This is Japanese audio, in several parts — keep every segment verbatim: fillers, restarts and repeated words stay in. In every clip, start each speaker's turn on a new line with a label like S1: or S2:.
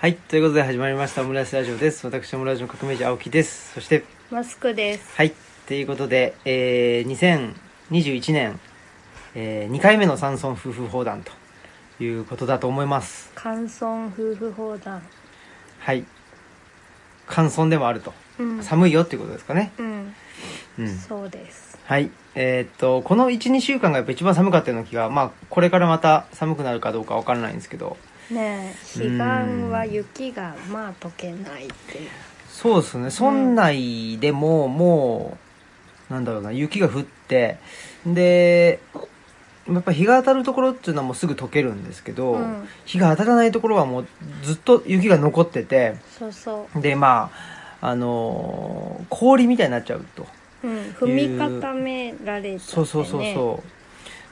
S1: はい、ということで始まりましたオムライスラジオです。私オムライスの革命児青木です。そして
S2: マスクです。
S1: はい、ということで、えー、にせんにじゅういちねん、えー、にかいめの山村夫婦砲弾ということだと思います。
S2: 寒村夫婦砲弾。
S1: はい、寒村でもあると、
S2: うん、
S1: 寒いよっていうことですかね。
S2: うん、
S1: うん、
S2: そうです。
S1: はい、えー、っとこの いち,に 週間がやっぱ一番寒かったような気が、まあこれからまた寒くなるかどうかわからないんですけど
S2: ねえ、彼岸は雪がまあ溶けないっていう。
S1: そうですね。村内でももう、なんだろうな、雪が降って、で、やっぱ日が当たるところっていうのはもうすぐ溶けるんですけど、うん、日が当たらないところはもうずっと雪が残ってて、
S2: そうそう。
S1: で、まあ、あのー、氷みたいになっちゃうと。
S2: うん、踏み固められちゃって、ね。
S1: そうそうそうそう。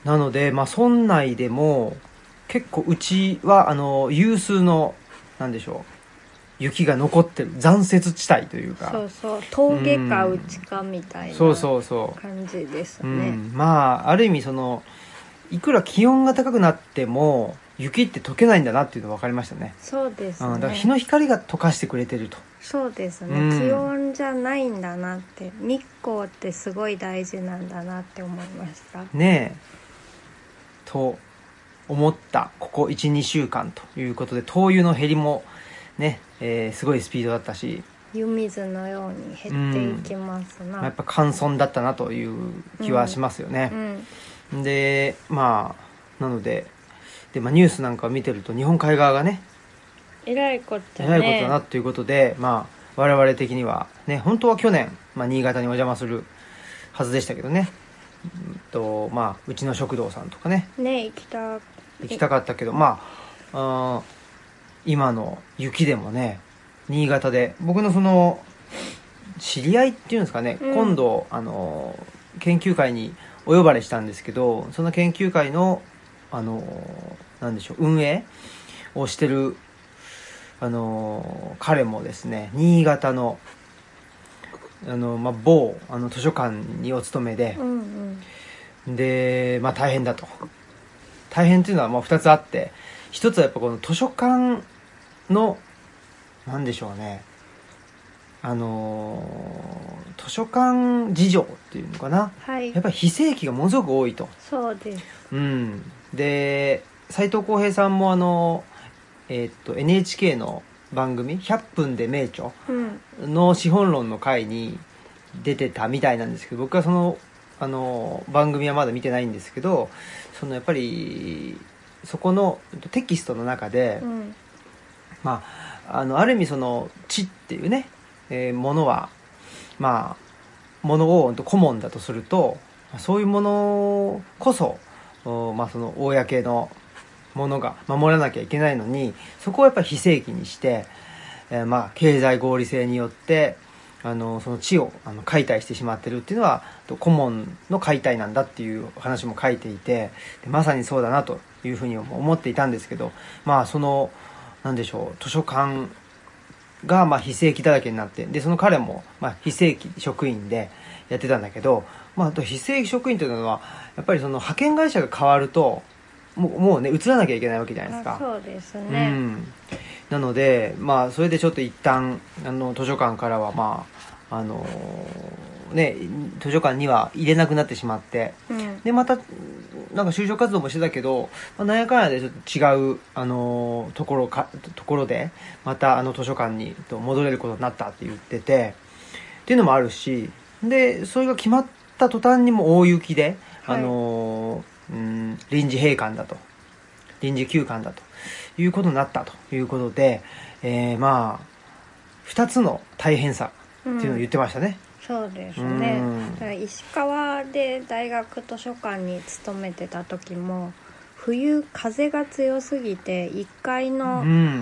S1: なので、まあ、村内でも、結構うちは、あのー、有数の、なんでしょう。雪が残ってる残雪地帯というか、
S2: そうそう、峠か内かみたいな感じですね。
S1: うん、まあある意味そのいくら気温が高くなっても雪って溶けないんだなっていうのが分かりましたね。
S2: そうですね、
S1: うん、だから日の光が溶かしてくれてると。
S2: そうですね、うん、気温じゃないんだなって、日光ってすごい大事なんだなって思いました
S1: ねえと思ったここ いち,に 週間ということで、灯油の減りもね、えー、すごいスピードだったし、
S2: 湯水のように減っていきますな、
S1: うん、やっぱ寒村だったなという気はしますよね、うんうん、でまあなのでで、まあ、ニュースなんかを見てると日本海側がね
S2: えらいことね
S1: えらいことだなということで、まあ我々的にはね、本当は去年、まあ、新潟にお邪魔するはずでしたけどね、うんとまあ、うちの食堂さんとかね
S2: ね行きた
S1: 行きたかったけど、まあ、あ今の雪でもね、新潟で僕のその知り合いっていうんですかね、うん、今度あの研究会にお呼ばれしたんですけど、その研究会のあのなんでしょう、運営をしてるあの彼もですね、新潟のあの、まあ、某あの図書館にお勤めで、うんうん、で、まあ、大変だと。大変っていうのはもうふたつあって、一つはやっぱこの図書館のなんでしょうね、あのー、図書館事情っていうのかな、はい、やっぱり非正規がものすごく多いと。
S2: そうです、
S1: うん、で斉藤浩平さんもあの、えー、っと エヌエイチケー の番組ひゃっぷんで名著の資本論の回に出てたみたいなんですけど、僕はそのあの番組はまだ見てないんですけど、そのやっぱりそこのテキストの中で、うん、まああのある意味その知っていうね、えー、ものはまあものを顧問だとすると、そういうものこそ、まあ、その公のものが守らなきゃいけないのに、そこをやっぱり非正規にして、えー、まあ経済合理性によってあのその地をあの解体してしまってるっていうのは顧問の解体なんだっていう話も書いていて、でまさにそうだなというふうに思っていたんですけど、まあそのなんでしょう、図書館がまあ非正規だらけになって、でその彼もまあ非正規職員でやってたんだけど、まあ、あと非正規職員というのはやっぱりその派遣会社が変わるともう、もうね移らなきゃいけないわけじゃないですか。
S2: そうですね、うん、
S1: なのでまあそれでちょっと一旦あの図書館からはまああのね図書館には入れなくなってしまって、うん、でまたなんか就職活動もしてたけど、まあ、なんやかんやでちょっと違う、あのー、ところかところでまたあの図書館に戻れることになったって言っててっていうのもあるし、でそれが決まった途端にも大雪で、はい、あのー、うん臨時閉館だと臨時休館だということになったということで、えー、まあふたつの大変さっていうのを言ってましたね、
S2: うん、そうですね、だから石川で大学図書館に勤めてた時も冬風が強すぎていっかいの、うん、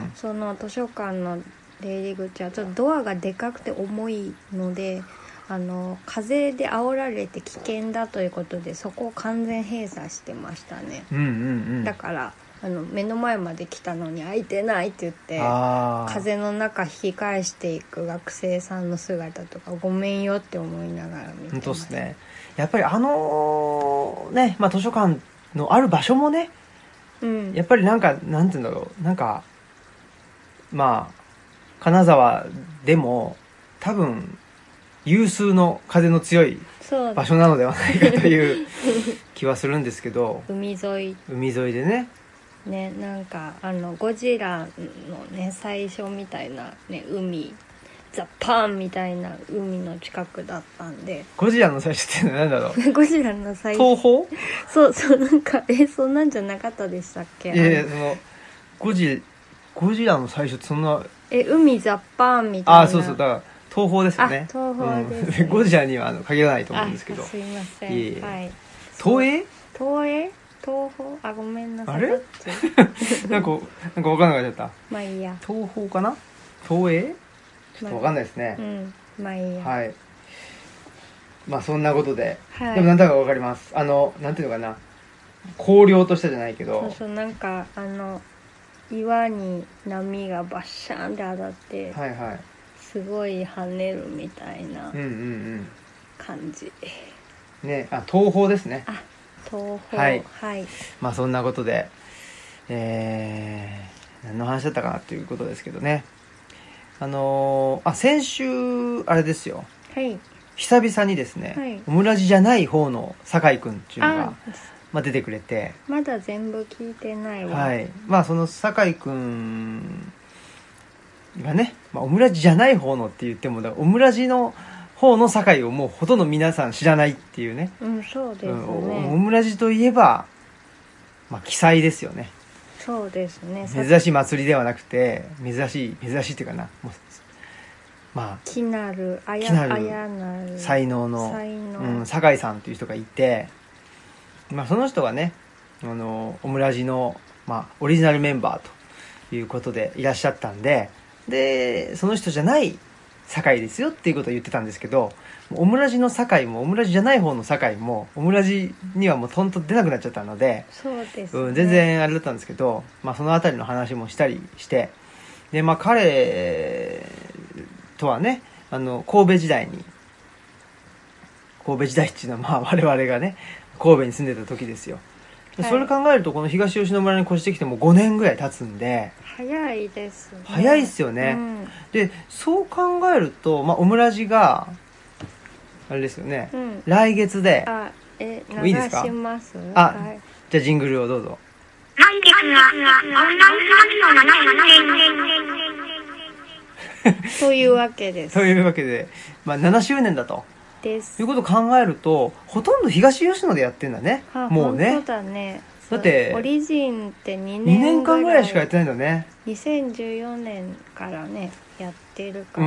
S2: その図書館の出入り口はちょっとドアがでかくて重いので、あの風で煽られて危険だということでそこを完全閉鎖してましたね、うんうんうん、だからあの目の前まで来たのに開いてないって言って風の中引き返していく学生さんの姿とかごめんよって思いながら見てます。
S1: 本当ですね。やっぱりあのね、まあ、図書館のある場所もね、うん、やっぱりなんかなんていうんだろう、なんかまあ金沢でも多分有数の風の強い場所なのではないかという気はするんですけど
S2: 海沿い
S1: 海沿いでね
S2: ね、なんかあのゴジラのね最初みたいなね海ザ・パンみたいな海の近くだったんで。
S1: ゴジラの最初って何だろう
S2: ゴジラの最初
S1: 東宝
S2: そうそうなんかえそんなんじゃなかったでしたっけ。
S1: いやいやそのゴジゴジラの最初ってそんな
S2: え海ザ・パンみたいな。
S1: あそうそうだから東宝ですよね。
S2: 東宝です、ね
S1: うん、ゴジラにはあの限らないと思うんですけど。
S2: すいません。
S1: いえいえ
S2: はい。
S1: 東映
S2: 東映東宝あごめんなさい。
S1: あれなんかなんか分かんなくなっちゃった。
S2: まあいいや。
S1: 東宝かな東映ちょっと分かんないですね。
S2: まあ、うんまあいいや。
S1: はい。まあそんなことで、
S2: はい、
S1: でもなんだか分かります。あのなんていうのかな荒涼としたじゃないけど。
S2: そうそうなんかあの岩に波がバッシャンって当たって。
S1: はいはい。
S2: すごい跳ねるみたいな感じ、
S1: うんうんうん、ねあ東宝ですね。
S2: あ東宝
S1: はい、
S2: はい、
S1: まあそんなことでえー、何の話だったかなということですけどねあのー、あ先週あれですよ、
S2: はい、
S1: 久々にですね、
S2: はい、
S1: オムラジじゃない方の酒井くんっていうのがまあ、出てくれて
S2: まだ全部聞いてないわ。
S1: はいまあその酒井くんがね、まあ、オムラジじゃない方のって言ってもだオムラジの方の堺をもうほとんど皆さん知らないっていうね。
S2: うんそうですね、うん、
S1: オムラジといえばまあ奇祭ですよね。
S2: そうですね。
S1: 珍しい祭りではなくて珍しい珍しいっていうかなもうまあ
S2: 木なるあや
S1: なる才能の才能、うん、堺さんっていう人がいて、まあ、その人がねあのオムラジの、まあ、オリジナルメンバーということでいらっしゃったんででその人じゃない堺ですよっていうことを言ってたんですけどオムラジの堺もオムラジじゃない方の堺もオムラジにはもうとんと出なくなっちゃったので
S2: そうです、ね、
S1: うん、全然あれだったんですけど、まあ、そのあたりの話もしたりしてで、まあ、彼とはねあの神戸時代に神戸時代っていうのはまあ我々がね神戸に住んでた時ですよ。はい、それ考えるとこの東吉野村に越してきてもごねんぐらい経つんで
S2: 早いですね。
S1: 早いっすよね、うん、でそう考えると、まあ、オムラジがあれですよね、うん、来月で
S2: あえ流します。
S1: あ、はい、じゃあジングルをどうぞ。
S3: 来月はオムラジのなな
S2: しゅうねんというわけです。
S1: というわけで、まあ、ななしゅうねんだとですいうことを考えるとほとんど東吉野でやってんだね。もうね。
S2: そうだね。
S1: だって
S2: オリジンってにねん
S1: にねんかんぐらいしかやってないんだね。
S2: にせんじゅうよねんからねやってるから、
S1: うん、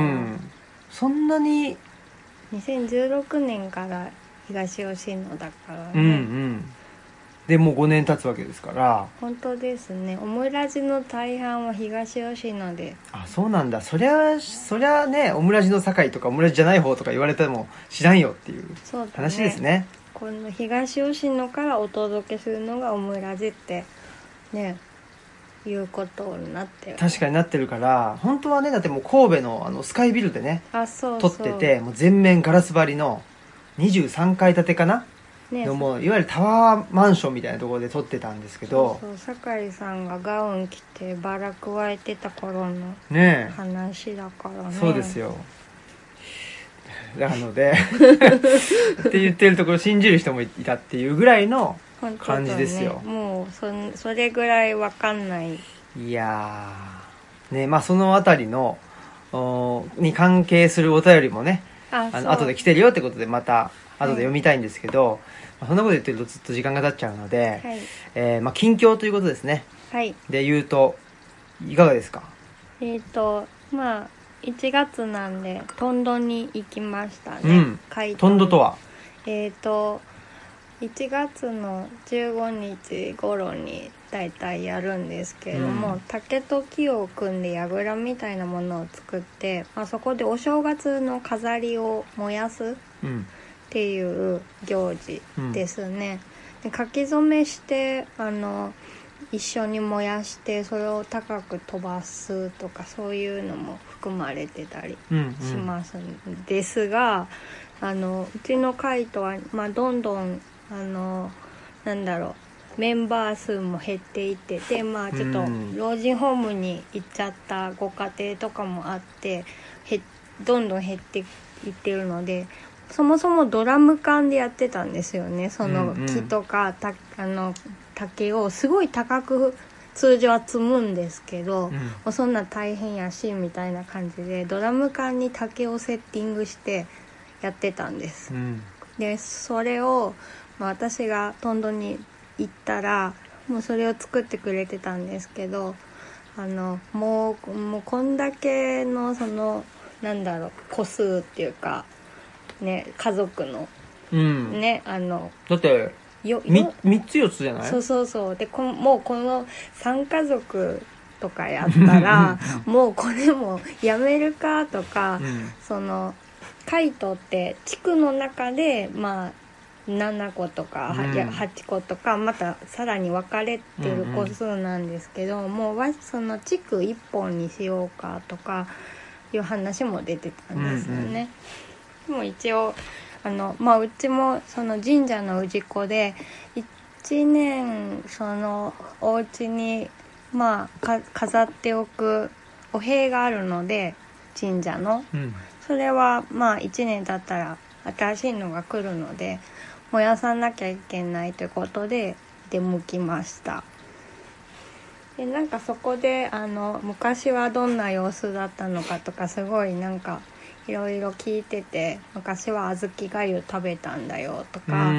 S1: そんなに
S2: にせんじゅうろくねんから東吉野だからね。
S1: うんうんでもうごねん経つわけですから
S2: 本当ですね。オムラジの大半は東吉野で。
S1: あそうなんだ。そりゃそりゃねオムラジの堺とかオムラジじゃない方とか言われても知らんよっていう話ですね。
S2: この東吉野からお届けするのがオムラジってねいうことになってる。
S1: 確かになってるから本当はねだってもう神戸のあのスカイビルでね
S2: あそうそう
S1: 撮っててもう全面ガラス張りのにじゅうさんかい建てかな、ね、のもいわゆるタワーマンションみたいなところで撮ってたんですけど
S2: そうそう酒井さんがガウン着てバラ加えてた頃の話だからね。
S1: そうですよ。なのでって言ってるところ信じる人もいたっていうぐらいの感じですよ。
S2: ね、もう そ, それぐらいわかんない。
S1: いやーねまあそのあたりのに関係するお便りもねああの後で来てるよってことでまた後で読みたいんですけど、はいまあ、そんなこと言ってるとずっと時間が経っちゃうので、はいえーまあ、近況ということですね。
S2: はい
S1: で言うといかがですか。
S2: えっ、ー、とまあいちがつなんでトンドに行きましたね、
S1: うん、トンドとは
S2: えっ、ー、といちがつのじゅうごにち頃にだいたいやるんですけれども、うん、竹と木を組んで櫓みたいなものを作って、まあ、そこでお正月の飾りを燃やすっていう行事ですね、うん、で書き初めしてあの一緒に燃やしてそれを高く飛ばすとかそういうのも含まれてたりしますんですが、うんうん、あのうちの会とは、まあ、どんどんあのなんだろうメンバー数も減っていってでまあちょっと老人ホームに行っちゃったご家庭とかもあってへどんどん減っていってるのでそもそもドラム缶でやってたんですよね。その木とか、たあの竹をすごい高く通常は積むんですけど、うん、もうそんな大変やしみたいな感じでドラム缶に竹をセッティングしてやってたんです、うん、でそれを、まあ、私がトンドに行ったらもうそれを作ってくれてたんですけどあのもう、もうこんだけのそのなんだろう個数っていうかね家族の、うん、ねあの
S1: だってよよ 3, 3つよっつじゃない？
S2: そうそうそうでこもうこのさん家族とかやったらもうこれもやめるかとか、うん、そのカイトって地区の中でまあななことか、うん、はちことかまたさらに分かれてる個数なんですけど、うんうん、もうその地区いっぽんにしようかとかいう話も出てたんですよね、うんうん、でも一応あのまあ、うちもその神社の氏子でいちねんそのお家にまあか飾っておくお塀があるので神社の、うん、それはまあいちねん経ったら新しいのが来るので燃やさなきゃいけないということで出向きました。でなんかそこであの昔はどんな様子だったのかとかすごいなんかいろいろ聞いてて昔は小豆がゆ食べたんだよとか、うん、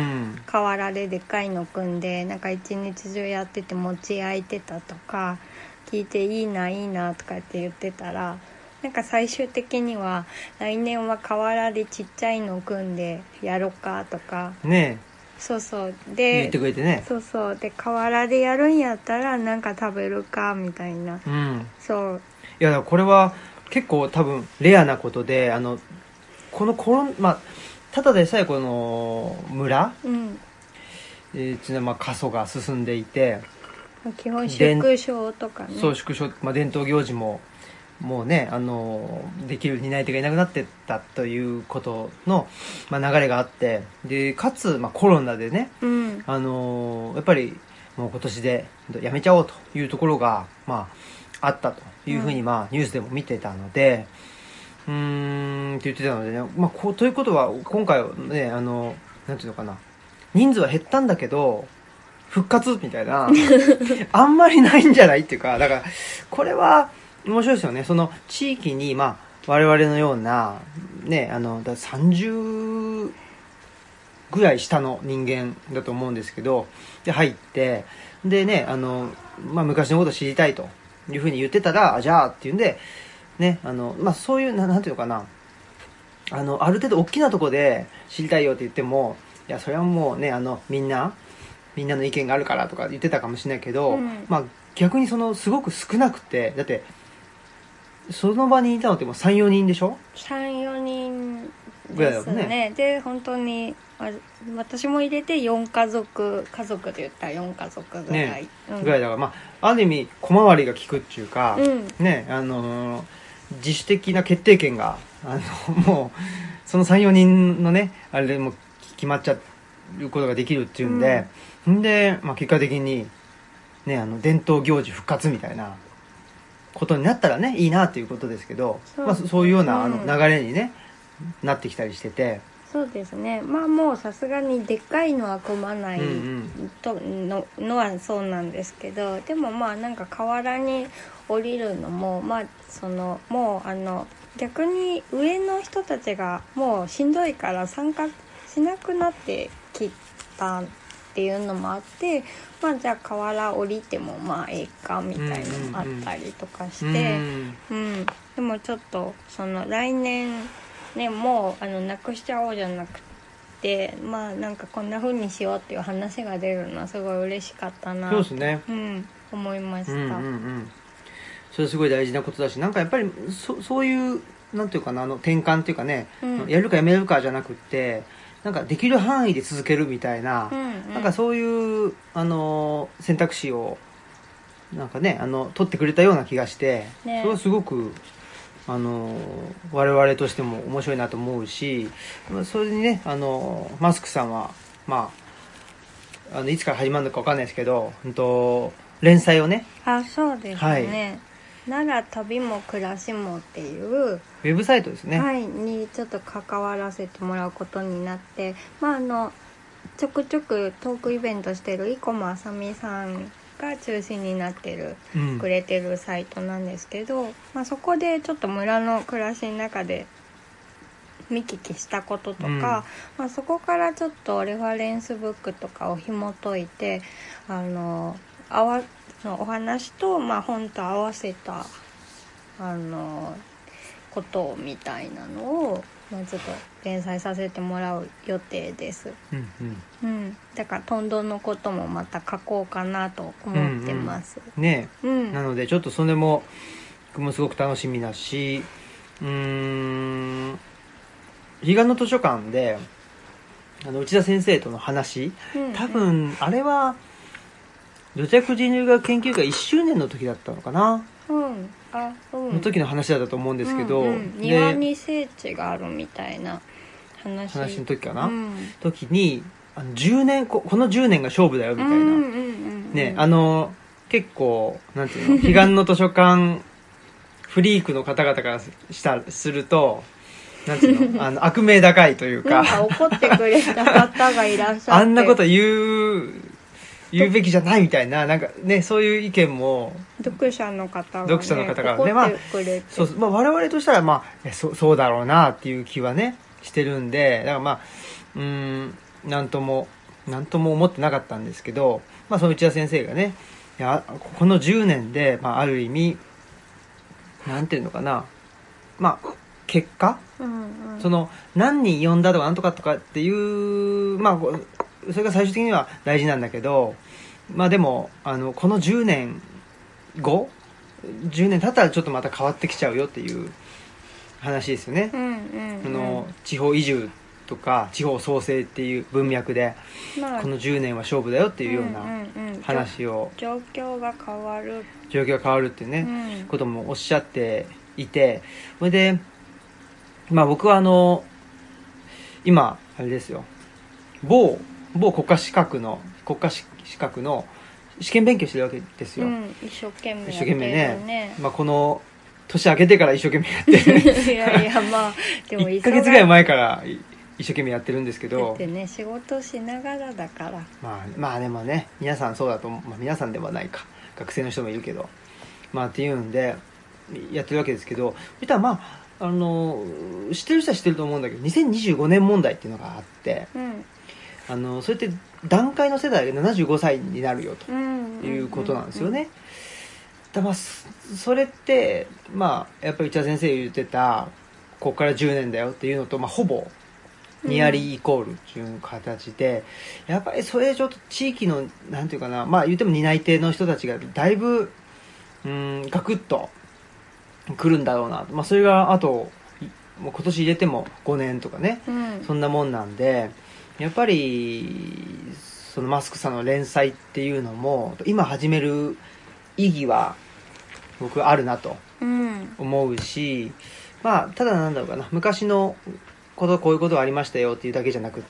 S2: 河原ででっかいの組んでなんか一日中やってて餅焼いてたとか聞いていいないいなとかって言ってたらなんか最終的には来年は河原でちっちゃいの組んでやろうかとか
S1: ねえ
S2: そうそうで
S1: 言ってくれてね
S2: そうそうで河原でやるんやったらなんか食べるかみたいな、うん、そう
S1: いやこれは結構多分レアなことであのこのコロン、まあ、ただでさえこの村、うんえー、まあ過疎が進んでいて
S2: 基本縮小とかね
S1: そう縮小、まあ、伝統行事ももうねあのできる担い手がいなくなってったということの、まあ、流れがあってでかつ、まあ、コロナでね、うん、あのやっぱりもう今年でやめちゃおうというところが、まあ、あったというふうに、まあ、ニュースでも見てたのでうーんって言ってたのでね、まあ、こうということは今回はねあのなんていうのかな人数は減ったんだけど復活みたいなあんまりないんじゃないっていうかだからこれは面白いですよね。その地域に、まあ、我々のような、ね、あのださんじゅうぐらい下の人間だと思うんですけどで入ってでねあの、まあ、昔のことを知りたいというふうに言ってたらじゃあっていうんで、ねあのまあ、そういうななんていうのかなあのある程度大きなところで知りたいよって言ってもいやそれはもうねあのみんなみんなの意見があるからとか言ってたかもしれないけど、うんまあ、逆にそのすごく少なくてだってその場にいたのってもう さん,よ 人でしょ
S2: さん,よ 人ですね。ねで本当に私も入れてよん家族家族で言ったらよん家族ぐらい、ねうん、
S1: ぐらいだから、まあ、ある意味小回りが利くっていうか、うんねあのー、自主的な決定権があのもうその さん,よ 人のねあれでも決まっちゃうことができるっていうんで、うん、で、まあ、結果的に、ね、あの伝統行事復活みたいなことになったらねいいなということですけどそう、まあ、そういうようなあの流れに、ねうん、なってきたりしてて
S2: そうですねまあもうさすがにでっかいのは組まないとの、のはそうなんですけどでもまあなんか河原に降りるのもまあそのもうあの逆に上の人たちがもうしんどいから参加しなくなってきたっていうのもあってまあじゃあ河原降りてもまあええかみたいなのもあったりとかして、うん、うん、でもちょっとその来年ねもうあのなくしちゃおうじゃなくてまあなんかこんな風にしようっていう話が出るのはすごい嬉しかったな
S1: そうですね、
S2: うん、思いました、うんうんうん、
S1: それすごい大事なことだしなんかやっぱり そ, そういうなんていうかなあの転換っていうかね、うん、やるかやめるかじゃなくってなんかできる範囲で続けるみたいな、うんうん、なんかそういうあの選択肢をなんかねあの取ってくれたような気がして、ね、それはすごくあの我々としても面白いなと思うしそれにねあのマスクさんはまああのいつから始まるのか分かんないですけど、うんと連載をね、
S2: あ、そうですね、はい、奈良旅も暮らしもっていう
S1: ウェブサイトですね、
S2: はい、にちょっと関わらせてもらうことになって、まああのちょくちょくトークイベントしてる生駒あさみさんが中心になってる、うん、くれてるサイトなんですけど、まあ、そこでちょっと村の暮らしの中で見聞きしたこととか、うん、まあ、そこからちょっとレファレンスブックとかを紐解いて、あのあわのお話と、まあ、本と合わせたあのことみたいなのを、まあ、ちょっと連載させてもらう予定です、うんうんうん、だからトンドンのこともまた書こうかなと思ってます、
S1: うんうん、ね、うん、なのでちょっとそれも僕もすごく楽しみだし、うーん彼岸の図書館であの内田先生との話、うんうん、多分あれは土着人類学研究会いっしゅうねんの時だったのかな、
S2: うんあうん、
S1: の時の話だったと思うんですけど、うんうん、
S2: 庭に聖地があるみたいな 話,
S1: 話の時かな、うん、時にあのじゅうねん こ, このじゅうねんが勝負だよみたいな、うんうんうんうん、ね、あの結構なんていうの彼岸の図書館フリークの方々からしたするとなんていうのあの悪名高いというか、
S2: なんか怒ってくれた方がいらっしゃって
S1: あんなこと言う言うべきじゃないみたいな、なんかね、そういう意見も
S2: 読者の方が、
S1: ね、読者の方がね、まあ、そう、まあ、我々としたら、まあ、そ, そうだろうなっていう気はねしてるんで、だからまあうーんなんともなんとも思ってなかったんですけど、まあ、その内田先生がね、いやこのじゅうねんで、まあ、ある意味なんていうのかな、まあ結果、うんうん、その何人呼んだとかなんとかとかっていう、まあそれが最終的には大事なんだけど、まあでもあのこのじゅうねんごじゅうねん経ったらちょっとまた変わってきちゃうよっていう話ですよね、うんうんうん、あの地方移住とか地方創生っていう文脈で、まあ、このじゅうねんは勝負だよっていうような話を、
S2: うんうんうん、状況が変わる
S1: 状況が変わるっていうね、うん、こともおっしゃっていて、それでまあ僕はあの今あれですよ、某某国家資格の国家資格の試験勉強してるわけですよ、うん、
S2: 一生懸命やってるね、一生懸命ね、
S1: まあ、この年明けてから一生懸命やってる
S2: いやいやまあでも
S1: いっかげつぐらい前から一生懸命やってるんですけど、
S2: だってね仕事しながらだから、
S1: まあまあでもね皆さんそうだと思う、まあ、皆さんではないか、学生の人もいるけどまあっていうんでやってるわけですけど、そしたらまああの知ってる人は知ってると思うんだけどにせんにじゅうごねん問題っていうのがあって、うん、あのそれって団塊の世代がななじゅうごさいになるよということなんですよね。だまあそれってまあやっぱり内田先生が言ってたここからじゅうねんだよっていうのと、まあ、ほぼニアリーイコールっていう形で、うん、やっぱりそれちょっと地域のなんていうかな、まあ言っても担い手の人たちがだいぶうんガクッと来るんだろうな、まあ、それがあともう今年入れてもごねんとかね、うん、そんなもんなんで、やっぱりそのマスクさんの連載っていうのも今始める意義は僕はあるなと思うし、うん、まあただなんだろうかな、昔のことこういうことがありましたよっていうだけじゃなくって、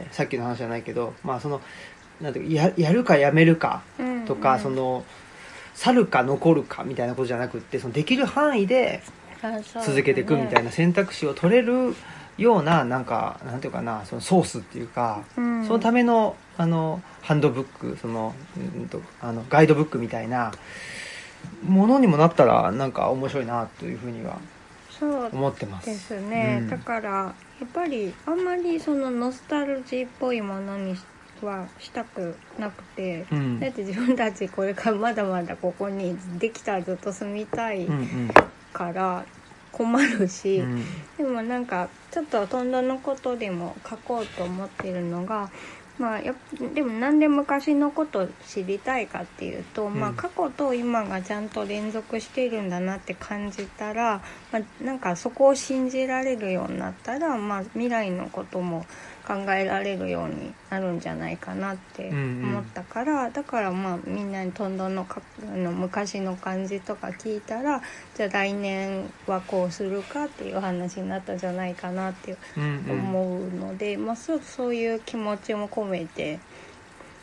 S1: さっきの話じゃないけど、まあそのなんていうか や, やるかやめるかとか、うんうん、その去るか残るかみたいなことじゃなくって、そのできる範囲で続けていくみたいな選択肢を取れるような、なんかなんていうかな、そのソースっていうか、うん、そのためのあのハンドブック、その、うんと、あのガイドブックみたいなものにもなったらなんか面白いなというふうには思ってます。
S2: そうですね、うん、だからやっぱりあんまりそのノスタルジーっぽいものにはしたくなくて、うん、だって自分たちこれからまだまだここにできたらずっと住みたいから困るし、うん、でもなんかちょっとトンドのことでも書こうと思ってるのが、まあ、やでもなんで昔のこと知りたいかっていうと、うん、まあ、過去と今がちゃんと連続しているんだなって感じたら、まあ、なんかそこを信じられるようになったら、まあ、未来のことも考えられるようになるんじゃないかなって思ったから、うんうん、だからまあみんなにトンドンのかあの昔の感じとか聞いたら、じゃあ来年はこうするかっていう話になったんじゃないかなって思うので、うんうん、まあ、そう、そういう気持ちも込めて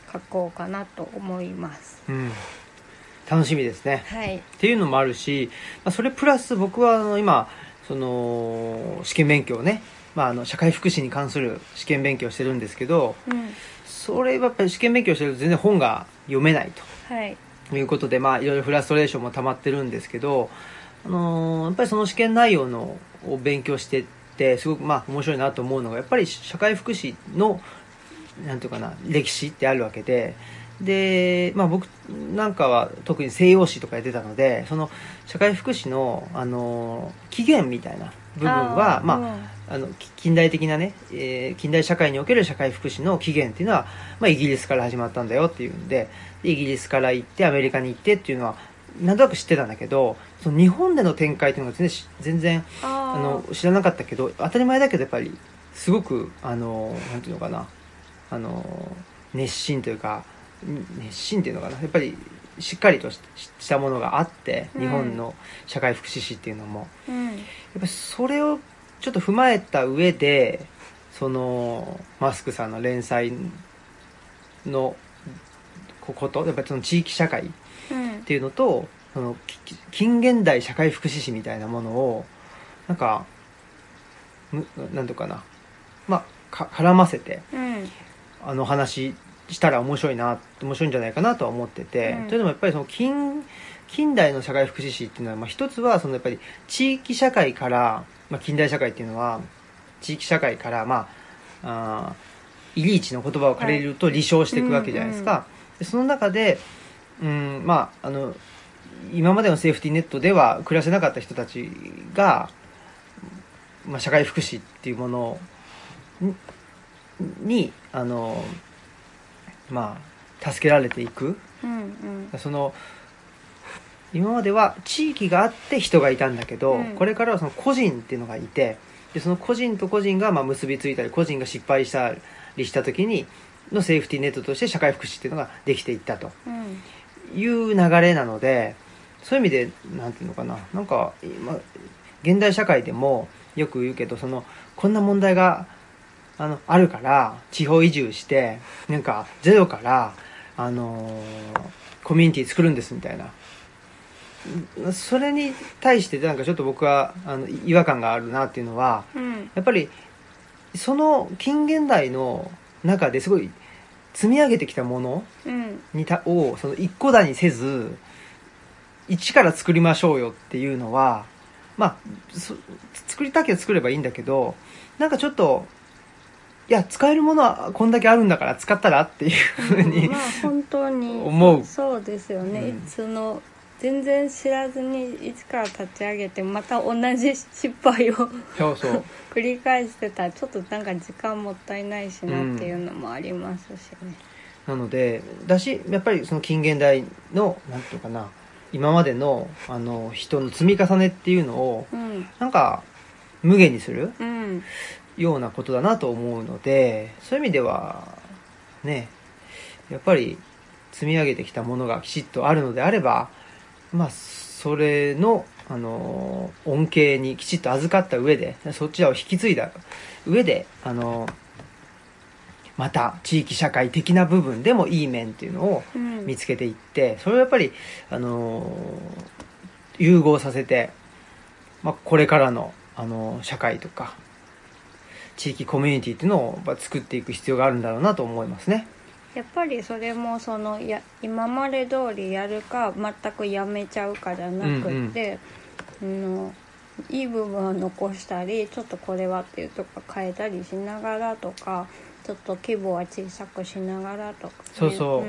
S2: 書こうかなと思います、
S1: うん、楽しみですね、
S2: はい、
S1: っていうのもあるし、まあ、それプラス僕はあの今その試験勉強をね、まあ、あの社会福祉に関する試験勉強をしてるんですけど、うん、それはやっぱり試験勉強してると全然本が読めないと、はい、いうことで、まあ、いろいろフラストレーションも溜まってるんですけど、あのー、やっぱりその試験内容のを勉強してってすごくまあ面白いなと思うのが、やっぱり社会福祉のなんていうかな歴史ってあるわけで、で、まあ、僕なんかは特に西洋史とかやってたので、その社会福祉の、あの起源みたいな部分は、あ、まあ、うん、あの近代的なね、えー、近代社会における社会福祉の起源っていうのは、まあ、イギリスから始まったんだよっていうんで、イギリスから行ってアメリカに行ってっていうのはなんとなく知ってたんだけど、その日本での展開っていうのが全然全然あの知らなかったけど、当たり前だけどやっぱりすごくあのなんていうのかな、あの熱心というか熱心っていうのかな、やっぱりしっかりとしたものがあって、日本の社会福祉史っていうのも、うん、やっぱりそれをちょっと踏まえた上で、そのマスクさんの連載のこと、やっぱりその地域社会っていうのと、うん、その近現代社会福祉史みたいなものをなんかなんとかな、まあか絡ませて、うん、あの話したら面白いな面白いんじゃないかなとは思ってて、うん、というのもやっぱりその 近, 近代の社会福祉史っていうのは、まあ、一つはそのやっぱり地域社会から、まあ、近代社会っていうのは地域社会から、まあ、あイリーチの言葉を借りると離承していくわけじゃないですか、はい、うんうん、でその中で、うんまあ、あの今までのセーフティーネットでは暮らせなかった人たちが、まあ、社会福祉っていうものに、にあのまあ、助けられていく、うんうん、その今までは地域があって人がいたんだけど、うん、これからはその個人っていうのがいて、でその個人と個人がまあ結びついたり、個人が失敗したりした時にのセーフティーネットとして社会福祉っていうのができていったという流れなので、そういう意味でなんていうのかな、なんか今現代社会でもよく言うけど、そのこんな問題があのあるから地方移住してなんかゼロからあのー、コミュニティ作るんですみたいな、それに対してなんかちょっと僕はあの違和感があるなっていうのは、うん、やっぱりその近現代の中ですごい積み上げてきたものにた、うん、をその一個だにせず一から作りましょうよっていうのは、まあ作りたきゃ作ればいいんだけど、なんかちょっといや使えるものはこんだけあるんだから使ったらっていうふうに、
S2: うん、まあ本当に
S1: 思う。
S2: そうですよね、うん、その全然知らずに一から立ち上げてまた同じ失敗をそうそう繰り返してたらちょっとなんか時間もったいないしなっていうのもありますしね、
S1: うん、なのでだしやっぱりその近現代のなんていうかな、今までのあの人の積み重ねっていうのを、うん、なんか無限にする、うんようなことだなと思うので、そういう意味ではね、やっぱり積み上げてきたものがきちっとあるのであれば、まあそれのあの恩恵にきちっと預かった上で、そちらを引き継いだ上で、あのまた地域社会的な部分でもいい面っていうのを見つけていって、うん、それをやっぱりあの融合させて、まあ、これからのあの社会とか地域コミュニティっていうのを作っていく必要があるんだろうなと思いますね。
S2: やっぱりそれもそのや今まで通りやるか全くやめちゃうかじゃなくて、うんうん、のいい部分を残したりちょっとこれはっていうとこ変えたりしながらとか、ちょっと規模は小さくしながらとか、ね、
S1: そうそう、うん、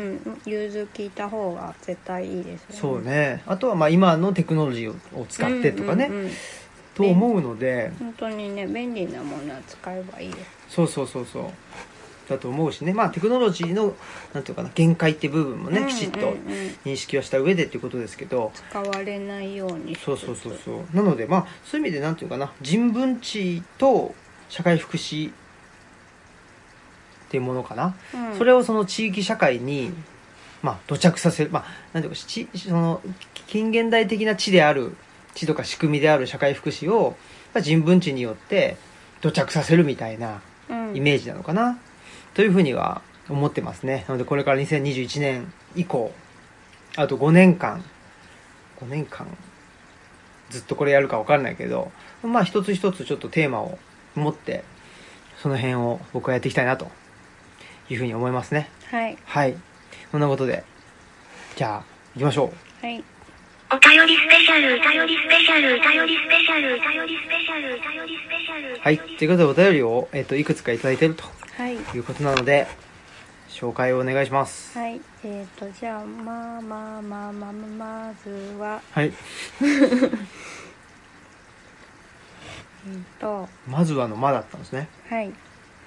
S2: 融通聞いた方が絶対いいですよね。
S1: そうね。あとはまあ今のテクノロジーを使ってとかね、うんうんうん、と思うので、
S2: 本当にね便利なものは使えばいいです。
S1: そうそうそうそうだと思うしね。まあテクノロジーのなんていうかな限界っていう部分もね、うんうんうん、きちっと認識はした上でっていうことですけど、
S2: 使われないように
S1: そうそうそうそうなのでまあそういう意味でなんていうかな、人文知と社会福祉っていうものかな、うん、それをその地域社会にまあ土着させる、まあなんていうかちその近現代的な知である知とか仕組みである社会福祉を人文知によって土着させるみたいなイメージなのかな、うん、というふうには思ってますね。なのでこれからにせんにじゅういちねん以降、あとごねんかんごねんかんずっとこれやるか分かんないけど、まあ一つ一つちょっとテーマを持ってその辺を僕はやっていきたいなというふうに思いますね。
S2: はい
S1: はいそんなことでじゃあ行きましょう。
S2: はい
S3: お便りスペシャル、お便りスペシャル、お便りスペシャル、お便りスペシャル、お便りスペシャル。
S1: はいということでお便りを、えっと、いくつかいただいていると
S2: はい
S1: いうことなので紹介をお願いします。
S2: はいえーとじゃあまあまあまあまあまずは
S1: はい
S2: えっと
S1: まずはのまだったんですね。
S2: はい、え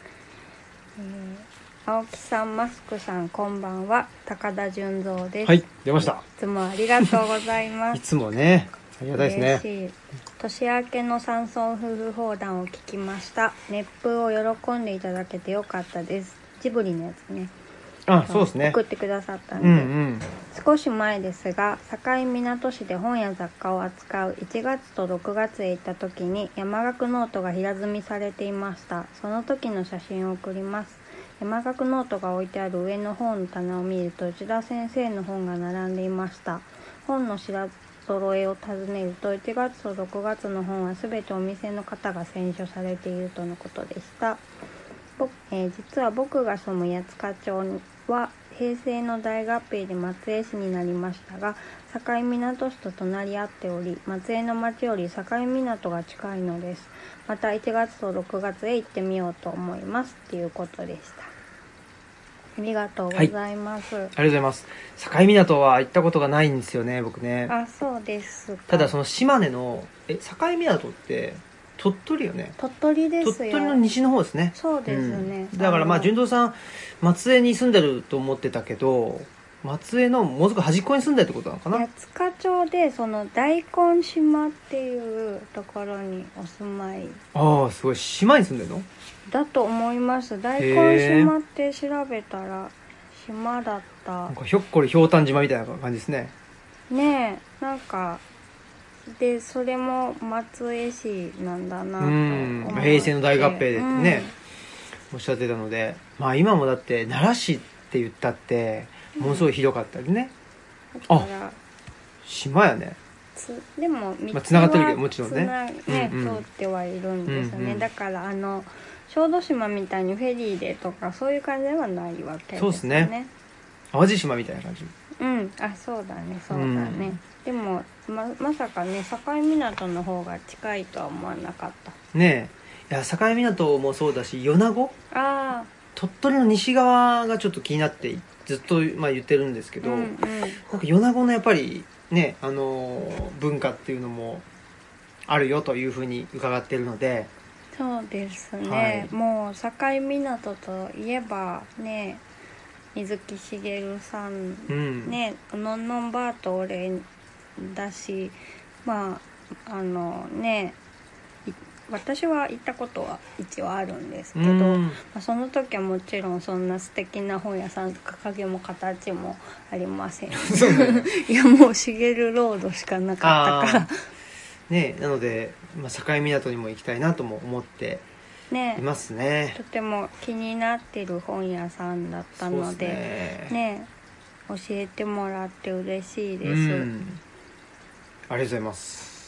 S2: ー、青木さんマスクさんこんばんは、高田純三です。
S1: はい出ました。
S2: いつもありがとうございます
S1: いつもねありがたいですね。
S2: 嬉しい。年明けの山村夫婦砲弾を聞きました。熱風を喜んでいただけてよかったです。ジブリのやつね。
S1: あそうですね。
S2: 送ってくださったんで、
S1: うんうん、
S2: 少し前ですが境港市で本や雑貨を扱ういちがつとろくがつへ行った時に山岳ノートが平積みされていました。その時の写真を送ります。山岳ノートが置いてある上の方の棚を見ると内田先生の本が並んでいました。本の品揃えを尋ねるといちがつとろくがつの本は全てお店の方が選書されているとのことでした。えー、実は僕が住む八塚町は平成の大合併で松江市になりましたが、境港市と隣り合っており、松江の町より境港が近いのです。またいちがつとろくがつへ行ってみようと思いますっていうことでした。ありがとうございます、はい、
S1: ありがとうございます。境港は行ったことがないんですよね僕ね。
S2: あ、そうですか。
S1: ただその島根のえ境港って鳥取よね。
S2: 鳥取ですよ。
S1: 鳥取の西の方ですね。
S2: そうですね、
S1: うん、だからまあ純三さん松江に住んでると思ってたけど、松江のもうすぐ端っこに住んでるってことなのかな。
S2: 八塚町でその大根島っていうところにお住まい。
S1: ああすごい、島に住んでるの
S2: だと思います。大根島って調べたら島だった。
S1: なんかひょっこりひょうたん島みたいな感じですね。
S2: ねえ、なんかでそれも松江市なんだなと思って、
S1: 平成の大合併でってね、うん、おっしゃってたので、まあ今もだって奈良市って言ったってものすごいひどかったりね、うん、あ島やね。
S2: つでも
S1: まあ、つながってるけどもちろんね
S2: ね、うんうん、通ってはいるんですね、うんうん、だからあの小豆島みたいにフェリーでとかそういう感じではないわけですね。
S1: そうですね、淡路島みたいな感じ。
S2: うん、あ、そうだねそうだね、うん、でも ま, まさかね境港の方が近いとは思わなかった
S1: ねえ。いや境港もそうだし米子、
S2: あ
S1: 鳥取の西側がちょっと気になってずっと、まあ、言ってるんですけど、うんうん、なんか米子のやっぱりね、あのー、文化っていうのもあるよというふうに伺っているので。
S2: そうですね、はい、もう境港といえばね水木しげるさん、うん、ねのんのんばーと俺だし、まああのね私は行ったことは一応あるんですけど、まあ、その時はもちろんそんな素敵な本屋さんとか影も形もありませんいやもうしげるロードしかなかったから
S1: ね、なので、まあ、境港にも行きたいなとも思っていますね。
S2: ねとても気になってる本屋さんだったので、ねね教えてもらって嬉しいです、うん、
S1: ありがとうございます。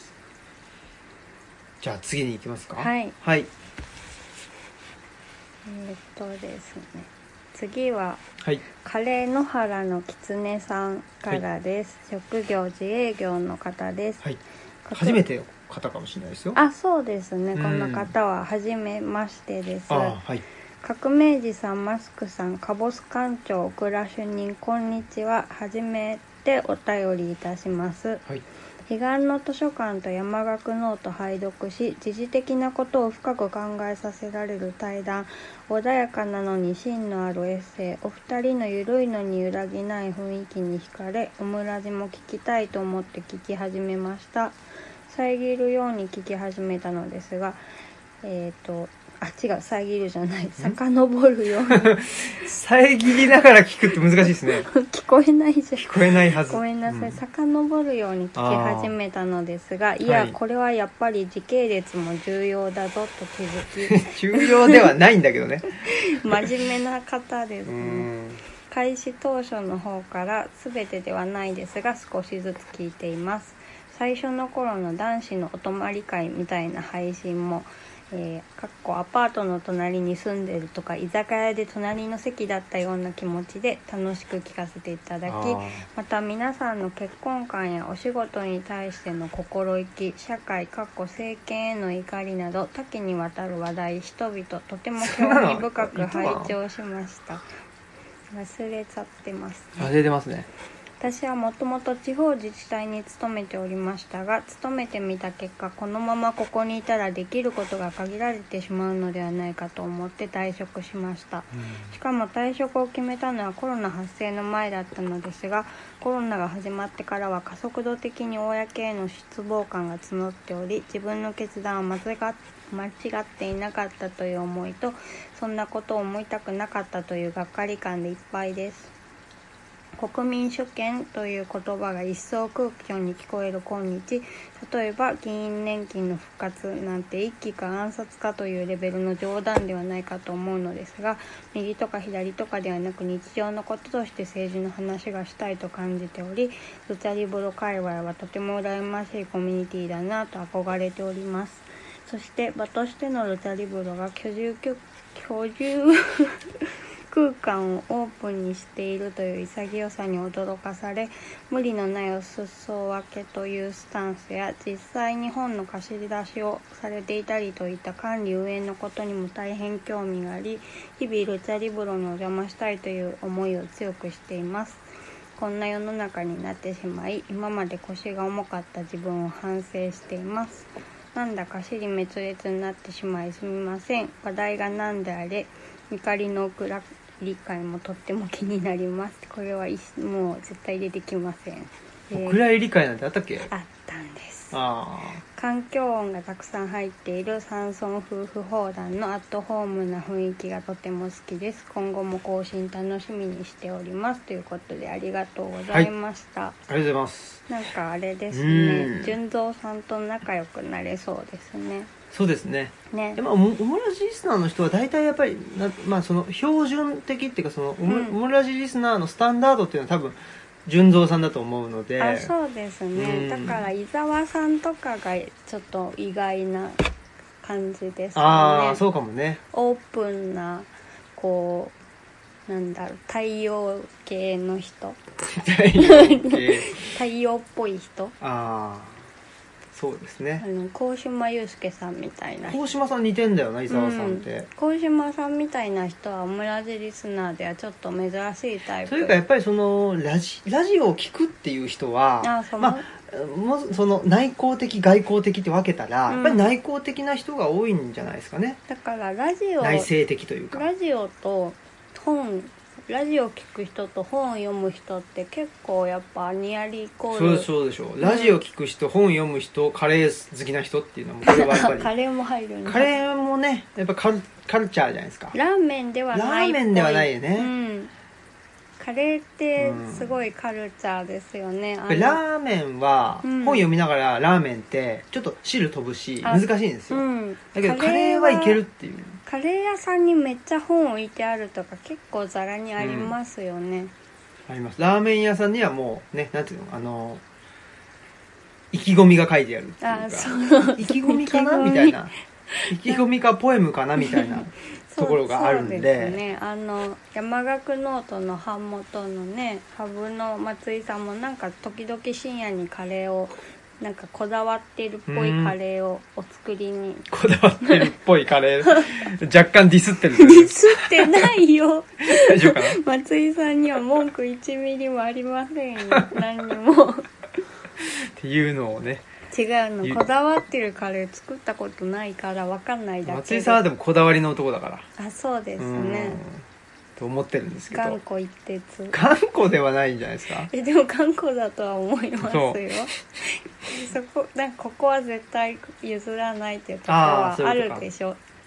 S1: じゃあ次に行きますか。
S2: はい、
S1: はい、
S2: えー、っとですね次は、
S1: はい、
S2: カレー野原のきつねさんからです、はい、職業自営業の方です、
S1: はい、初めての方かもしれないですよ。
S2: あ、そうですね、うん、この方は初めましてです。
S1: あ、はい、
S2: 革命児さん、マスクさん、カボス館長、クラ主任、こんにちは。初めてお便りいたします、
S1: はい、
S2: 彼岸の図書館と山岳ノート拝読し、時事的なことを深く考えさせられる対談、穏やかなのに芯のあるエッセイ、お二人のゆるいのに揺らぎない雰囲気に惹かれ、オムラジも聞きたいと思って聞き始めました。遮るように聞き始めたのですが、えーと、 あ違う遮るじゃない遡るように
S1: 遮りながら聞くって難しいですね
S2: 聞こえないじゃん
S1: 聞こえないはず
S2: ごめんなさい、
S1: うん、
S2: 遡るように聞き始めたのですがいや、はい、これはやっぱり時系列も重要だぞと気づき
S1: 重要ではないんだけどね
S2: 真面目な方ですね開始当初の方から全てではないですが少しずつ聞いています。最初の頃の男子のお泊まり会みたいな配信も、えー、かっこアパートの隣に住んでるとか居酒屋で隣の席だったような気持ちで楽しく聞かせていただき、また皆さんの結婚観やお仕事に対しての心意気、社会かっこ政権への怒りなど多岐にわたる話題、人々とても興味深く拝聴しました忘れちゃってます、
S1: ね、忘れてますね。
S2: 私はもともと地方自治体に勤めておりましたが、勤めてみた結果このままここにいたらできることが限られてしまうのではないかと思って退職しました、うん、しかも退職を決めたのはコロナ発生の前だったのですが、コロナが始まってからは加速度的に公への失望感が募っており、自分の決断は間違間違っていなかったという思いと、そんなことを思いたくなかったというがっかり感でいっぱいです。国民主権という言葉が一層空虚に聞こえる今日、例えば議員年金の復活なんて一揆か暗殺かというレベルの冗談ではないかと思うのですが、右とか左とかではなく日常のこととして政治の話がしたいと感じており、ルチャリブロ界隈はとても羨ましいコミュニティだなと憧れております。そして場としてのルチャリブロが居住居住空間をオープンにしているという潔さに驚かされ、無理のないお裾分けというスタンスや実際に本の貸し出しをされていたりといった管理運営のことにも大変興味があり、日々ルチャリブロにお邪魔したいという思いを強くしています。こんな世の中になってしまい、今まで腰が重かった自分を反省しています。なんだか尻滅裂になってしまいすみません。話題が何であれ、怒りのくら理解もとっても気になります。これはもう絶対出てきません。
S1: お蔵入り会なんてあったっけ？
S2: あったんです。
S1: あ
S2: 環境音がたくさん入っている山村夫婦砲弾のアットホームな雰囲気がとても好きです。今後も更新楽しみにしておりますということで、ありがとうございました、はい、
S1: ありがとうございます。
S2: なんかあれですね、純三さんと仲良くなれそうですね。
S1: そうですね。
S2: ね、
S1: でまあ、オムラジリスナーの人は大体やっぱりな、まあ、その標準的っていうかそのオム、うん、オムラジリスナーのスタンダードっていうのは多分純三さんだと思うので。
S2: あ、そうですね、うん、だから伊沢さんとかがちょっと意外な感じですよね。
S1: ああ、そうかもね。
S2: オープンなこうなんだろう、太陽系の人
S1: 太陽系
S2: 太陽っぽい人。
S1: ああ、そうですね。
S2: あの高島祐介さんみたいな人。
S1: 高島さん似てんだよな、伊沢さんって、うん、
S2: 高島さんみたいな人はオムラジリスナーではちょっと珍しいタイプ。
S1: というかやっぱりそのラジラジオを聞くっていう人は、
S2: あその、
S1: まあ、もうその内向的外向的って分けたら、うん、やっぱり内向的な人が多いんじゃないですかね。
S2: だからラジオ
S1: 内省的というか、
S2: ラジオと本ラジオ聞く人と本を読む人って結構やっぱニアリーイコール。
S1: そうそうでしょう、ラジオ聞く人、うん、本読む人、カレー好きな人っていうのもこれはやっぱり
S2: カレーも入るんだ。
S1: カレーもねやっぱカル、カルチャーじゃないですか。
S2: ラーメンではないっぽい。
S1: ラーメンではないよね、
S2: うん、カレーってすごいカルチャーですよね、
S1: うん、ラーメンは本読みながらラーメンってちょっと汁飛ぶし難しいんですよ、うん、だけどカレーはいけるっていう。
S2: カレー屋さんにめっちゃ本置いてあるとか結構ザラにありますよね、うん、
S1: あります。ラーメン屋さんにはもうね、なんていうの、あの意気込みが書いてあるっていうか、
S2: あ、そう
S1: 意気込みかなみたいな、意気込みかポエムかなみたいなところがあるんで。
S2: そうですね、あの山岳ノートの版元のねハブの松井さんもなんか時々深夜にカレーをなんかこだわってるっぽいカレーをお作りに。
S1: こだわってるっぽいカレー若干ディスってる。
S2: ディスってないよ
S1: 大丈夫かな。
S2: 松井さんには文句いちミリもありませんよ何にも
S1: っていうのをね。
S2: 違うの、こだわってるカレー作ったことないから分かんないだけ。
S1: 松井さんはでもこだわりの男だから。
S2: あ、そうですね
S1: と思ってるんですけど。
S2: 頑固一徹。
S1: 頑固ではないんじゃないですか。
S2: えでも頑固だとは思いますよ。そこなんかここは絶対譲らないっていうところはあるでしょ。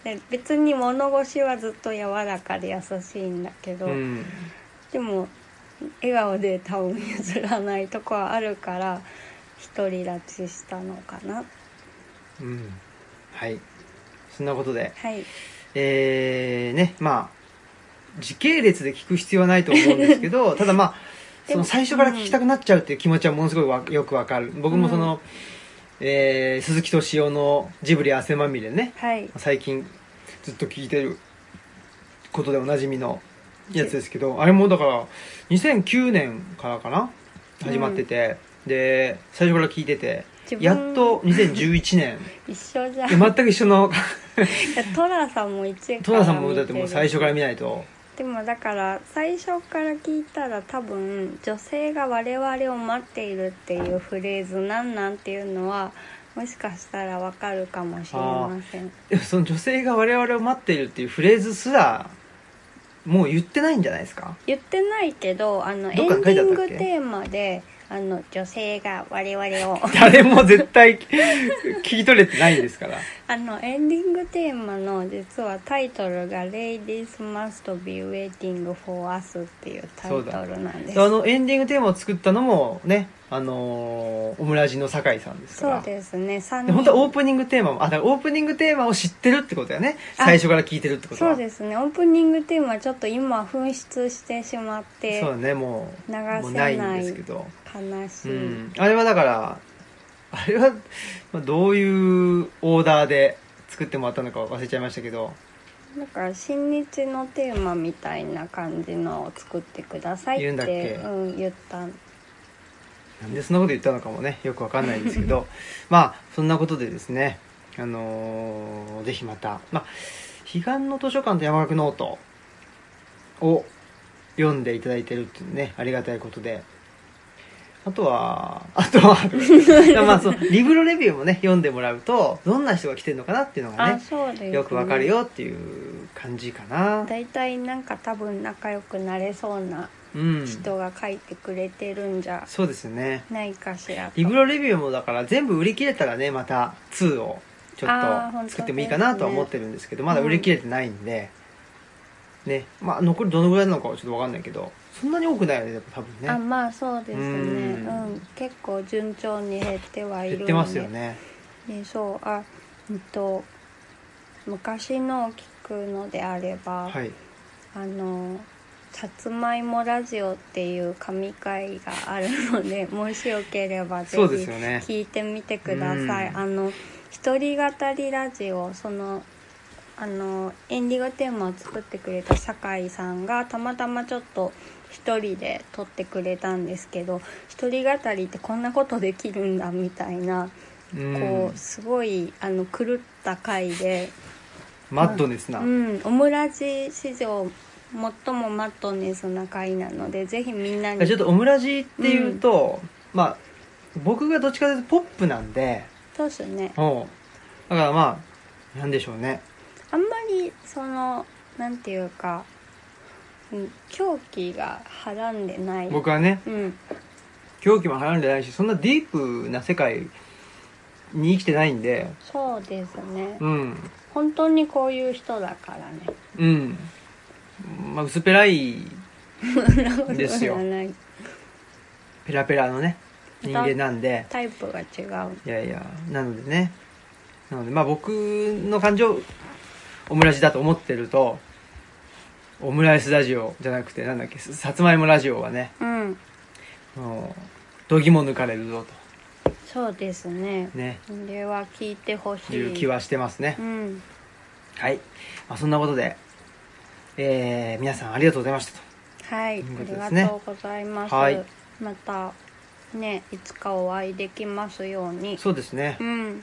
S2: で別に物腰はずっと柔らかで優しいんだけど、うん、でも笑顔で多分譲らないとこはあるから独り立ちしたのかな。
S1: うん、はいそんなことで、
S2: はい、
S1: えーねまあ時系列で聞く必要はないと思うんですけどただまあその最初から聞きたくなっちゃうっていう気持ちはものすごいわよくわかる。僕もその、うんえー、鈴木敏夫のジブリ汗まみれね、
S2: はい、
S1: 最近ずっと聞いてることでおなじみのやつですけど、あれもだからにせんきゅうねんからかな始まってて、うん、で最初から聞いててやっとにせんじゅういちねん
S2: 一緒じゃん
S1: 全く一緒の
S2: トラさんも一円
S1: トラさんもだってもう最初から見ないと。
S2: でもだから最初から聞いたら多分女性が我々を待っているっていうフレーズなんなんっていうのはもしかしたらわかるかもしれません。
S1: でもその女性が我々を待っているっていうフレーズすらもう言ってないんじゃないですか。
S2: 言ってないけどあのエンディングテーマであの女性が我々を
S1: 誰も絶対聞き取れてないんですから
S2: あのエンディングテーマの実はタイトルが Ladies must be waiting for us っていうタイトルなんです。
S1: あのエンディングテーマを作ったのもねあのー、オムラジの酒井さんですから。
S2: そうですね。さん
S1: にん本当はオープニングテーマもあだからオープニングテーマを知ってるってことだよね。最初から聞いてるってことは。
S2: そうですね。オープニングテーマはちょっと今紛失してしまって
S1: そうねもう
S2: 流せない、
S1: もうないんですけど
S2: 悲しい、
S1: うん、あれはだからあれはどういうオーダーで作ってもらったのか忘れちゃいましたけど、
S2: だから新日のテーマみたいな感じのを作ってくださいって
S1: 言うんだっけ、
S2: うん、言った。
S1: なんでそんなこと言ったのかもねよくわかんないんですけどまあそんなことでですねあのー、ぜひまたまあ彼岸の図書館と山岳ノートを読んでいただいてるっていうねありがたいことで、あとはあとはまあそのリブロレビューもね読んでもらうとどんな人が来てるのかなっていうのが ね, ねよくわかるよっていう感じかな。
S2: だいたいなんか多分仲良くなれそうな人が書いてくれてるんじゃ
S1: そうですよね
S2: ないかしら。
S1: リブロレビューもだから全部売り切れたらねまたツーをちょっと作ってもいいかなとは思ってるんですけど、まだ売り切れてないんで、うん、ねまあ残りどのぐらいなのかはちょっと分かんないけどそんなに多くないよね多分ね。
S2: あまあそうですね、うん、うん、結構順調に減ってはいるんで
S1: 減ってますよね。
S2: でそうあうんと昔のを聞くのであれば、はい、あのさつまいもラジオっていう神回があるのでもしよければぜひ聞いてみてください、ね、あの一人語りラジオそのあのエンディングテーマを作ってくれた酒井さんがたまたまちょっと一人で撮ってくれたんですけど一人語りってこんなことできるんだみたいなこうすごいあの狂った回で
S1: マッドネスな、
S2: うん、オムラジ史上最もマッドネスな回なのでぜひみんなに
S1: ちょっとオムラジっていうと、うん、まあ僕がどっちかというとポップなんで
S2: そうですね
S1: おだからまあなんでしょうね
S2: あんまりそのなんていうか、うん、狂気がはらんでない
S1: 僕はね、
S2: うん、
S1: 狂気もはらんでないしそんなディープな世界に生きてないんで
S2: そうですね、
S1: うん、
S2: 本当にこういう人だからね
S1: うんまあ薄っぺらいですよペラペラのね人間なんで
S2: タイプが違う
S1: いやいやなのでねなのでまあ僕の感情オムラジだと思ってるとオムライスラジオじゃなくてなんだっけさつまいもラジオはね、うん、もうどぎも抜かれるぞと
S2: そうですね
S1: ね
S2: これは聞いてほしい
S1: いう気はしてますね、
S2: うん、
S1: はい、まあ、そんなことで、えー、皆さんありがとうございましたと
S2: はい、ね、ありがとうございます、はい、またねいつかお会いできますように
S1: そうですね、
S2: うん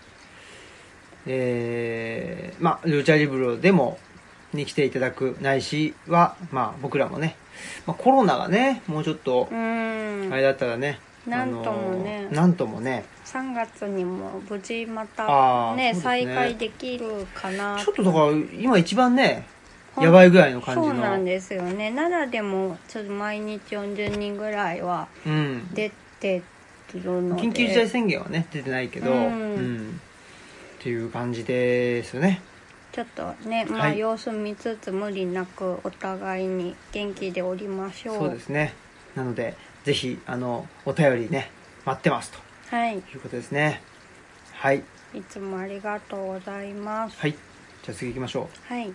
S1: えー、まあルチャリブロでもに来ていただくないしはまあ僕らもね、まあ、コロナがねもうちょっとあれだったらね
S2: なんともね
S1: なんともね
S2: さんがつにも無事また ね, ね再開できるかな
S1: ちょっとだから今一番ねやばいぐらいの感じの
S2: そうなんですよね奈良でもちょっと毎日よんじゅうにんぐらいは出てるので、
S1: うん、緊急事態宣言はね出てないけど、うんうん、っていう感じですよね
S2: ちょっとね、まあ、はい、様子見つつ無理なくお互いに元気でおりましょう。
S1: そうですね。なのでぜひあのお便りね待ってますと、はい、いうことですね。はい、
S2: いつもありがとうございます。
S1: はい、じゃあ次行きましょ
S2: う。はい。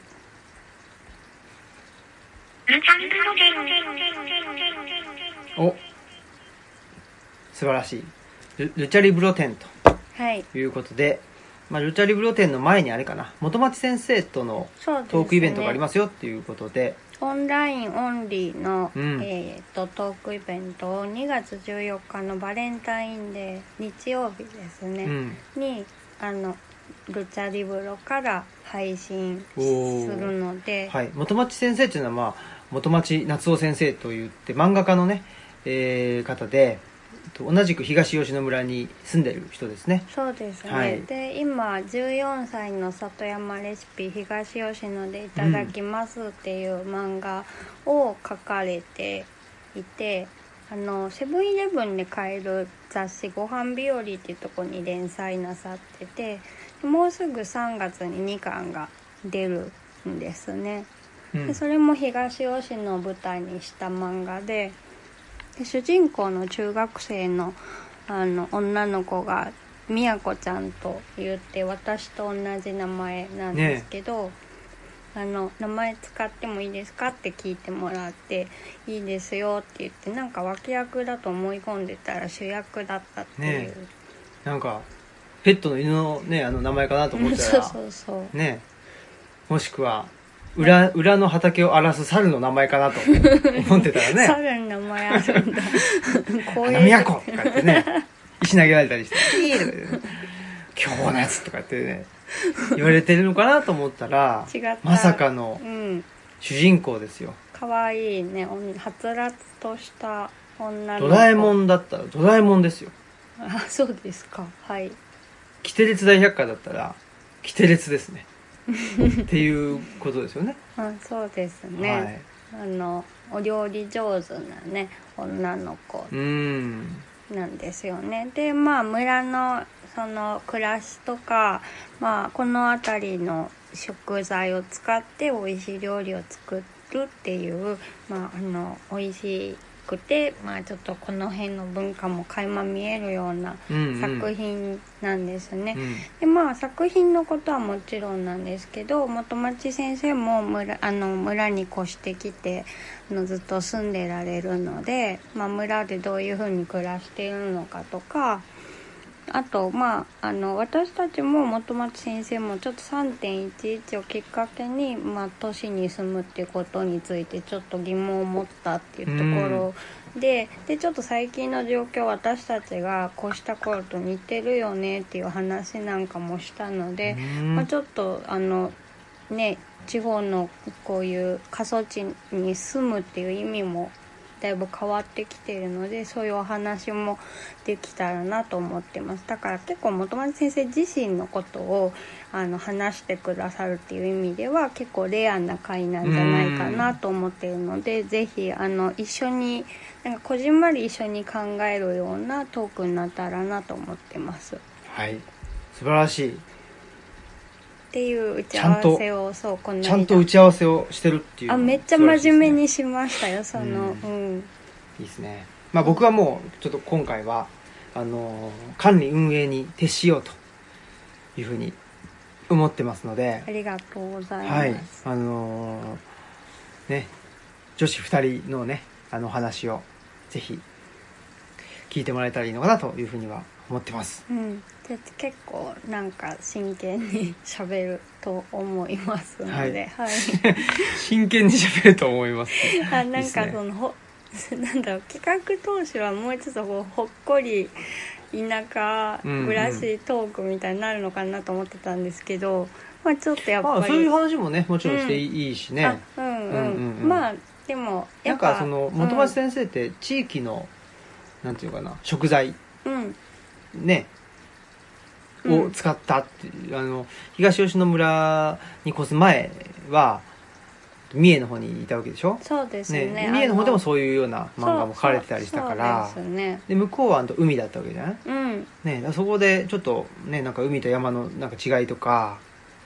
S1: お、素晴らしい。 ル, ルチャリブロ展ということで、はい、まあ、ルチャリブロ展の前にあれかな、元町先生とのトークイベントがありますよっていうことで、
S2: オンラインオンリーの、うん、えー、とトークイベントをにがつじゅうよっかのバレンタインデー日曜日ですね、うん、にあのルチャリブロから配信するので、
S1: はい、元町先生っていうのは、まあ、元町夏夫先生といって漫画家のね、えー、方で同じく東吉野村に住んでる人ですね。
S2: そうですね、はい、で今じゅうよんさいの里山レシピ東吉野でいただきますっていう漫画を書かれていて、うん、あのセブンイレブンで買える雑誌ごはん日和っていうところに連載なさってて、もうすぐさんがつににかんが出るんですね、うん、でそれも東吉野を舞台にした漫画で、で主人公の中学生 の, あの女の子がみやこちゃんと言って私と同じ名前なんですけど、ね、あの名前使ってもいいですかって聞いてもらって、いいですよって言って、なんか脇役だと思い込んでたら主役だったっていう、ね、
S1: なんかペットの犬の、ね、あの名前かなと思ったら
S2: そうそうそう、
S1: ね、もしくは 裏, 裏の畑を荒らす猿の名前かなと思ってたらね
S2: 猿の名前あるんだ
S1: 花見やことか言ってね石投げられたりしていいとか言って、ね、今日のやつとか言ってね言われてるのかなと思ったら
S2: 違った、
S1: まさかの主人公ですよ。
S2: かわいいね、はつらつとした女の子。
S1: ドラえもんだったらドラえもんですよ。
S2: あ、そうですか。はい。
S1: キテレツ大百科だったらキテレツですねっていうことですよね。
S2: あ、そうですね、はい、あのお料理上手なね女の子なんですよね。で、まあ村のその暮らしとか、まあこの辺りの食材を使って美味しい料理を作るっていう、まああの美味しくて、まあちょっとこの辺の文化も垣間見えるような作品なんですね、うんうん、でまあ作品のことはもちろんなんですけど、元町先生も 村, あの村に越してきてあのずっと住んでられるので、まあ、村でどういうふうに暮らしているのかとか、あと、まあ、あの私たちも元町先生もちょっと さんてんいちいち をきっかけに、まあ、都市に住むっていうことについてちょっと疑問を持ったっていうところで、でちょっと最近の状況私たちがこうした頃と似てるよねっていう話なんかもしたので、まあ、ちょっとあのね地方のこういう過疎地に住むっていう意味もだいぶ変わってきているので、そういうお話もできたらなと思ってます。だから結構元町先生自身のことをあの話してくださるっていう意味では結構レアな回なんじゃないかなと思っているので、ぜひあの一緒になんかこじんまり一緒に考えるようなトークになったらなと思ってます。
S1: はい、素晴らしい
S2: っていう打ち合わせをそうこ
S1: んなちゃんと打ち合わせをしてるっていう、
S2: あ、めっちゃ真面目にしましたよ。その、うん、
S1: うん、いいですね。まあ僕はもうちょっと今回はあの管理運営に徹しようというふうに思ってますので、
S2: ありがとうございます。
S1: はい、あのー、ね女子ふたりのねあの話をぜひ聞いてもらえたらいいのかなというふうには思ってます。
S2: うん。結構なんか真剣に喋ると思いますので、はいはい、
S1: 真剣に喋ると思います、
S2: ね、あなんかそのいい、ね、ほなんだろう企画当初はもうちょっとこうほっこり田舎暮らしトークみたいになるのかなと思ってたんですけど、まあちょっとやっぱり、まあ、
S1: そういう話もねもちろんしていいしね、
S2: うん、うんうんうんうん、まあでも
S1: やっぱなんかその元町先生って地域の、うん、なんていうかな食材、うん、ねを使ったっていう、うん、あの東吉野村に越す前は三重の方にいたわけでしょ。
S2: そうですね。ね、
S1: 三重の方でもそういうような漫画も書かれてたりしたから、そうそうそうですね、で向こうは海だったわけじゃない、うんね、そこでちょっとねなんか海と山のなんか違いとか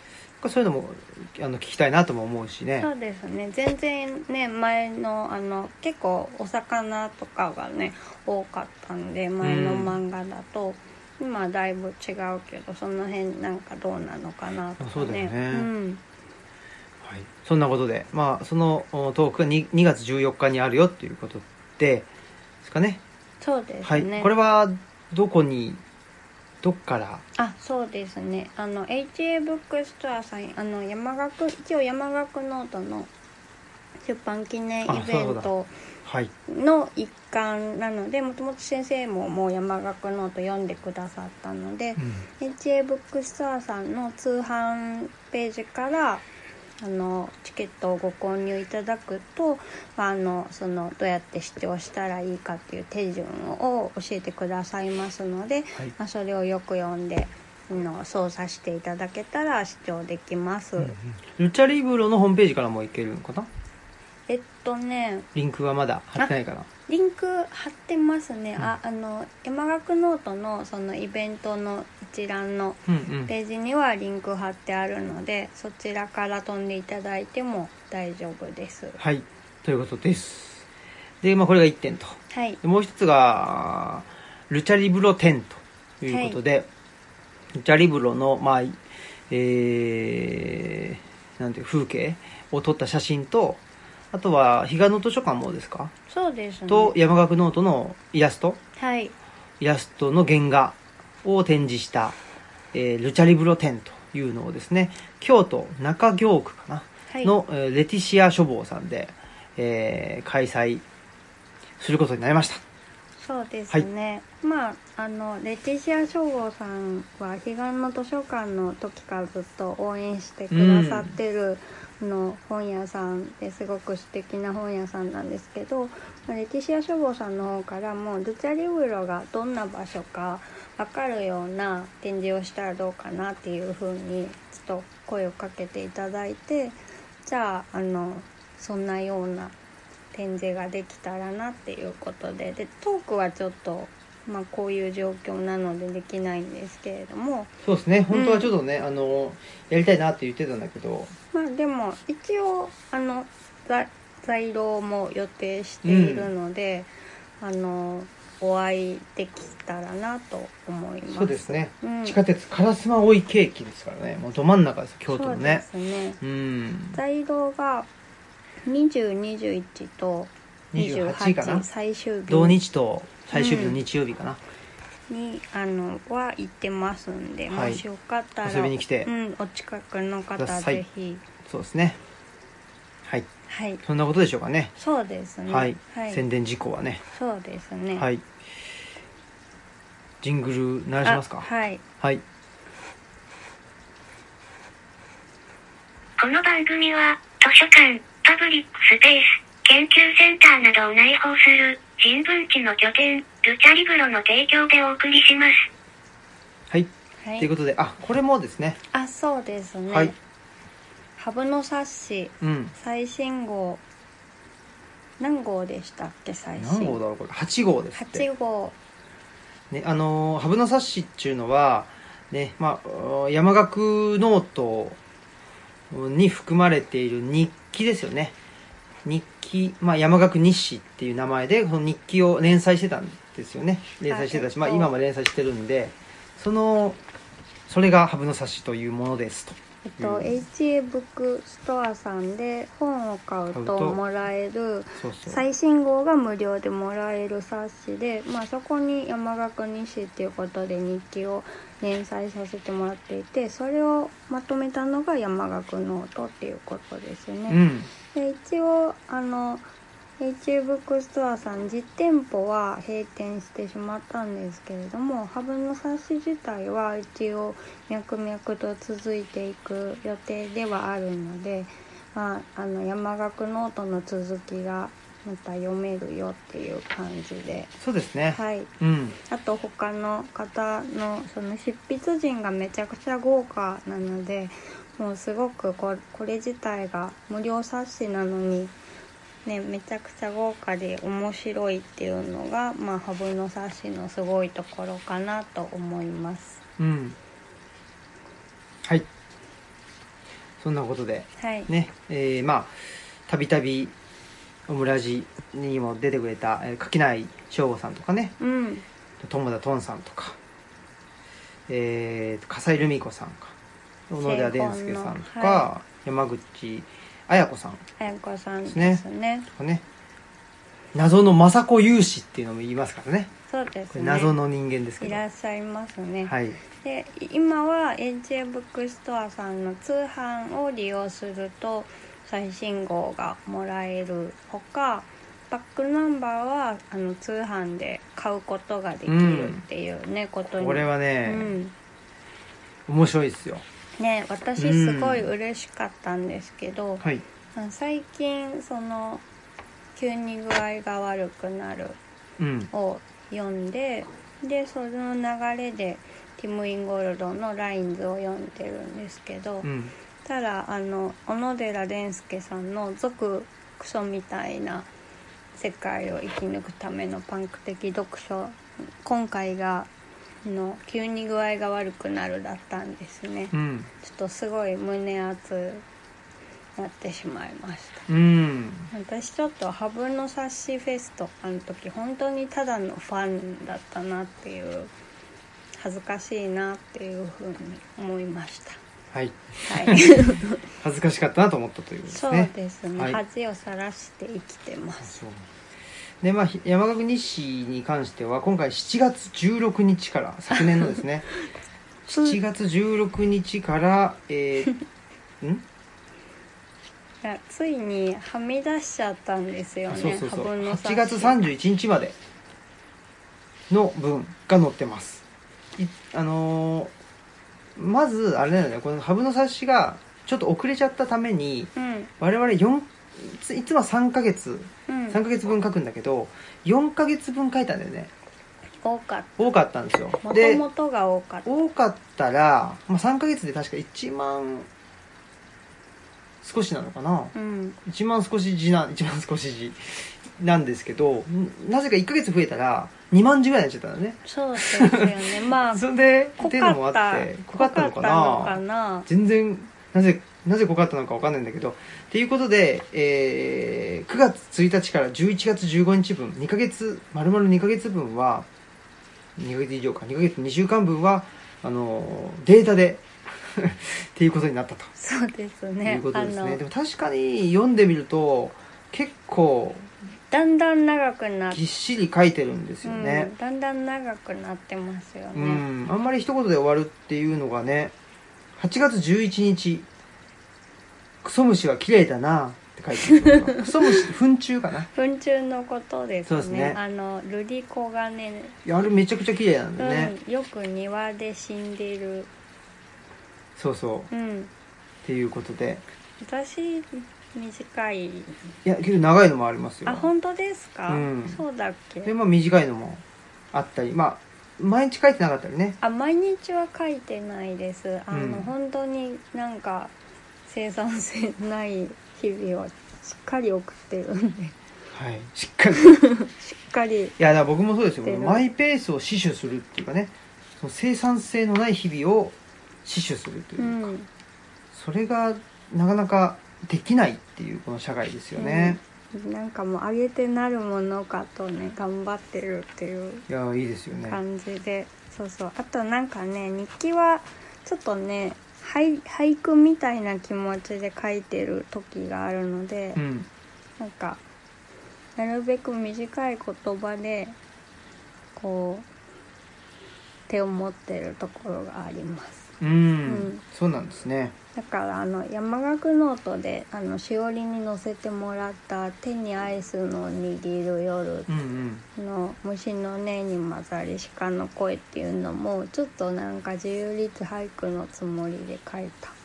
S1: そういうのもあの聞きたいなとも思うしね。
S2: そうですね。全然ね、前のあの結構お魚とかがね多かったんで、前の漫画だと、うん、今だいぶ違うけど、その辺なんかどうなのかなとかね。
S1: そうだよね、
S2: うん、
S1: はい、そんなことで、まあ、そのトークが 2, にがつじゅうよっかにあるよっていうことでですかね。
S2: そうですね、
S1: はい、これはどこにどっから。
S2: あ、そうですね、あの エイチエー ブックストアさん、あの山岳、一応山岳ノートの出版記念イベントの一環なので、もともと先生ももう山岳ノート読んでくださったので、うん、エイチエー ブックストアさんの通販ページからあのチケットをご購入いただくと、あのそのどうやって視聴したらいいかっていう手順を教えてくださいますので、はい、まあ、それをよく読んでの操作していただけたら視聴できます、うんうん、
S1: ルチャリブロのホームページからもいけるのかな。
S2: えっとね
S1: リンクはまだ貼ってないかな。
S2: リンク貼ってますね、うん、ああの山岳ノートのそのイベントの一覧のページにはリンク貼ってあるので、うんうん、そちらから飛んでいただいても大丈夫です。
S1: はい、ということです。で、まあ、これがいってんと、はい、もう一つがルチャリブロじゅうということで、はい、ルチャリブロの、まあえー、なんていう風景を撮った写真と、あとは彼岸の図書館もですか。
S2: そうですね。
S1: と山岳ノートのイラスト、
S2: はい、
S1: イラストの原画を展示した、えー、ルチャリブロじゅうというのをですね、京都中京区かな、はい、の、えー、レティシア書房さんで、えー、開催することになりました。
S2: そうですね、はい、まああのレティシア書房さんは彼岸の図書館の時からずっと応援してくださってる、うん、の本屋さんですごく素敵な本屋さんなんですけど、レティシア書房さんの方からもルチャリブロがどんな場所か分かるような展示をしたらどうかなっていう風にちょっと声をかけていただいて、じゃああのそんなような展示ができたらなっていうことで、でトークはちょっと、まあ、こういう状況なのでできないんですけれども、
S1: そうですね、本当はちょっとね、うん、あのやりたいなって言ってたんだけど、
S2: まあでも一応あの在廊も予定しているので、うん、あのお会いできたらなと思います。
S1: そうですね、うん、地下鉄烏丸追池駅ですからね、もうど真ん中です、京都のね。
S2: そうですね、
S1: うん、
S2: 在廊がにじゅう、にじゅういちとにじゅうはち最終日、
S1: 同日と最終日の日曜日かな、
S2: うん、にあのは行ってますんで、はい、もしよかったら
S1: 遊びに来て、
S2: うん、お近くの方ぜひ。
S1: そうですね、はい、
S2: はい、
S1: そんなことでしょうかね。
S2: そうですね、
S1: はい、はい、宣伝事項はね。
S2: そうですね、
S1: はい、ジングル鳴らしますか。
S2: はい、
S1: はい、
S3: この番組は図書館、パブリックスペース、研究センターなどを内包する人文地の拠点、ルチャリブロの提供でお送りします。
S1: はい、はい、ということで、あ、これもですね、
S2: あ、そうですね、
S1: はい、
S2: 羽生の冊子、うん、最新号何号でしたっけ。最新
S1: 何号だろうこれ。はち号ですって。
S2: はち号、
S1: ね、あの羽生の冊子っていうのはね、まあ、山岳ノートに含まれている日記ですよね。日記、まあ、山岳日誌っていう名前でこの日記を連載してたんですよね。連載してたし、まあ、今も連載してるんで、そのそれが羽生の冊子というものですと。
S2: えっと、エイチエー ブックストアさんで本を買うともらえる、そうそう、最新号が無料でもらえる冊子で、まあ、そこに山岳日誌っていうことで日記を連載させてもらっていて、それをまとめたのが山岳ノートっていうことですね、うん、で一応あの エイチエー ブックストアさん実店舗は閉店してしまったんですけれども、羽生の冊子自体は一応脈々と続いていく予定ではあるので、まあ、あの山岳ノートの続きがまた読めるよっていう感じで。
S1: そうですね、
S2: はい、
S1: うん、
S2: あと他の方のその執筆陣がめちゃくちゃ豪華なので、もうすごくこ れ, これ自体が無料冊子なのにね、めちゃくちゃ豪華で面白いっていうのが、まあ、羽生の冊子のすごいところかなと思います。
S1: うん、はい。 そんなことで、
S2: はい、
S1: ね、えー、まあたびたびオムラジにも出てくれた、えー、垣内翔吾さんとかね、
S2: うん、
S1: 友田トンさんとか、えー、笠井留美子さんか、小野寺伝介さんとか、はい、山口綾子さん
S2: 綾子さんですね。ですね。
S1: とかね、謎の政子有志っていうのも言いますからね。
S2: そうですね。
S1: 謎の人間ですけど。
S2: いらっしゃいますね。
S1: はい。
S2: で、今は エイチエー ブックストアさんの通販を利用すると最新号がもらえるほか、バックナンバーはあの通販で買うことができるっていうね、うん、ことに。
S1: これはね、うん、面白いですよ。
S2: ね、私すごい嬉しかったんですけど、
S1: うん、はい、
S2: 最近その急に具合が悪くなるを読んで、うん、でその流れでティム・インゴルドのラインズを読んでるんですけど、うん、ただあの小野寺伝介さんの続クソみたいな世界を生き抜くためのパンク的読書、今回がの急に具合が悪くなるだったんですね、うん、ちょっとすごい胸熱なってしまいました、うん、私ちょっとハブの冊子フェスとかの時本当にただのファンだったなっていう、恥ずかしいなっていうふうに思いました。
S1: はい、
S2: はい、
S1: 恥ずかしかったなと思ったということですね。
S2: そうですね、はい、恥をさらして生きてます。
S1: そうで、まあ、山岳日誌に関しては今回しちがつじゅうろくにちから昨年のですねしちがつじゅうろくにちから、えー、んい
S2: やついにはみ出しちゃったんですよね。
S1: そうそうそう、はちがつさんじゅういちにちまでの分が載ってます。いあのー、まずあれだよね、このハブの冊子がちょっと遅れちゃったために、うん、我々よんいつもはさんかげつ、うん、さんかげつぶん書くんだけどよんかげつぶん書いたんだよね。
S2: 多かった
S1: 多かったんですよ。
S2: もともとが多かった
S1: 多かったら、まあ、さんかげつで確かいちまん少しなのかな、うん、いちまん少し字ないちまん少し字なんですけど、なぜかいっかげつ増えたらにまん字ぐらいになっちゃったのね。
S2: そうですよね。まあ
S1: それでっていうのもあって濃かったのかな、
S2: 濃かったのかな、
S1: 全然なぜなぜ濃かったのか分かんないんだけど、っていうことで、えー、くがつついたちからじゅういちがつじゅうごにちぶん、にかげつ丸々にかげつぶんはにかげつ以上かにかげつにしゅうかんぶんはあのデータでっていうことになったと。
S2: そうですね。
S1: いうことですね。でも確かに読んでみると結構
S2: だんだん長くなって
S1: ぎっしり書いてるんですよね、
S2: うん、だんだん長くなってますよね、う
S1: ん、あんまり一言で終わるっていうのがね。はちがつじゅういちにち、クソムシは綺麗だなって書いてる。クソムシ、糞虫かな。
S2: 糞虫のことですね。
S1: そうですね。
S2: あのルリコがね、
S1: いやあれめちゃくちゃ綺麗なんだよね、
S2: うん、よく庭で死んでる。
S1: そうそう、
S2: うん、
S1: っていうことで、
S2: 私短い、
S1: いや結構長いのもありますよ。
S2: あ、本当ですか、うん、そうだっけ。
S1: で、まあ、短いのもあったり、まあ毎日書いてなかったりね。
S2: あ、毎日は書いてないです。あの、うん、本当になんか生産性ない日々をしっかり送ってるんで。
S1: はい、しっかりし
S2: っかり。
S1: いやだから僕もそうですよ。マイペースを死守するっていうかね、その生産性のない日々を死守するというか、うん、それがなかなかできないっていうこの社会ですよね、
S2: うん、なんかもう上げてなるものかとね頑張ってるっていう
S1: いやいいですよね
S2: 感じで、そうそう。あとなんかね、日記はちょっとね俳, 俳句みたいな気持ちで書いてる時があるので、うん、なんかなるべく短い言葉でこう手を持ってるところがあります。
S1: うん、うん、そうなんですね。
S2: だからあの山岳ノートであのしおりに載せてもらった手にアイスの握る夜の虫の音に混ざり鹿の声っていうのもちょっとなんか自由律俳句のつもりで書いた。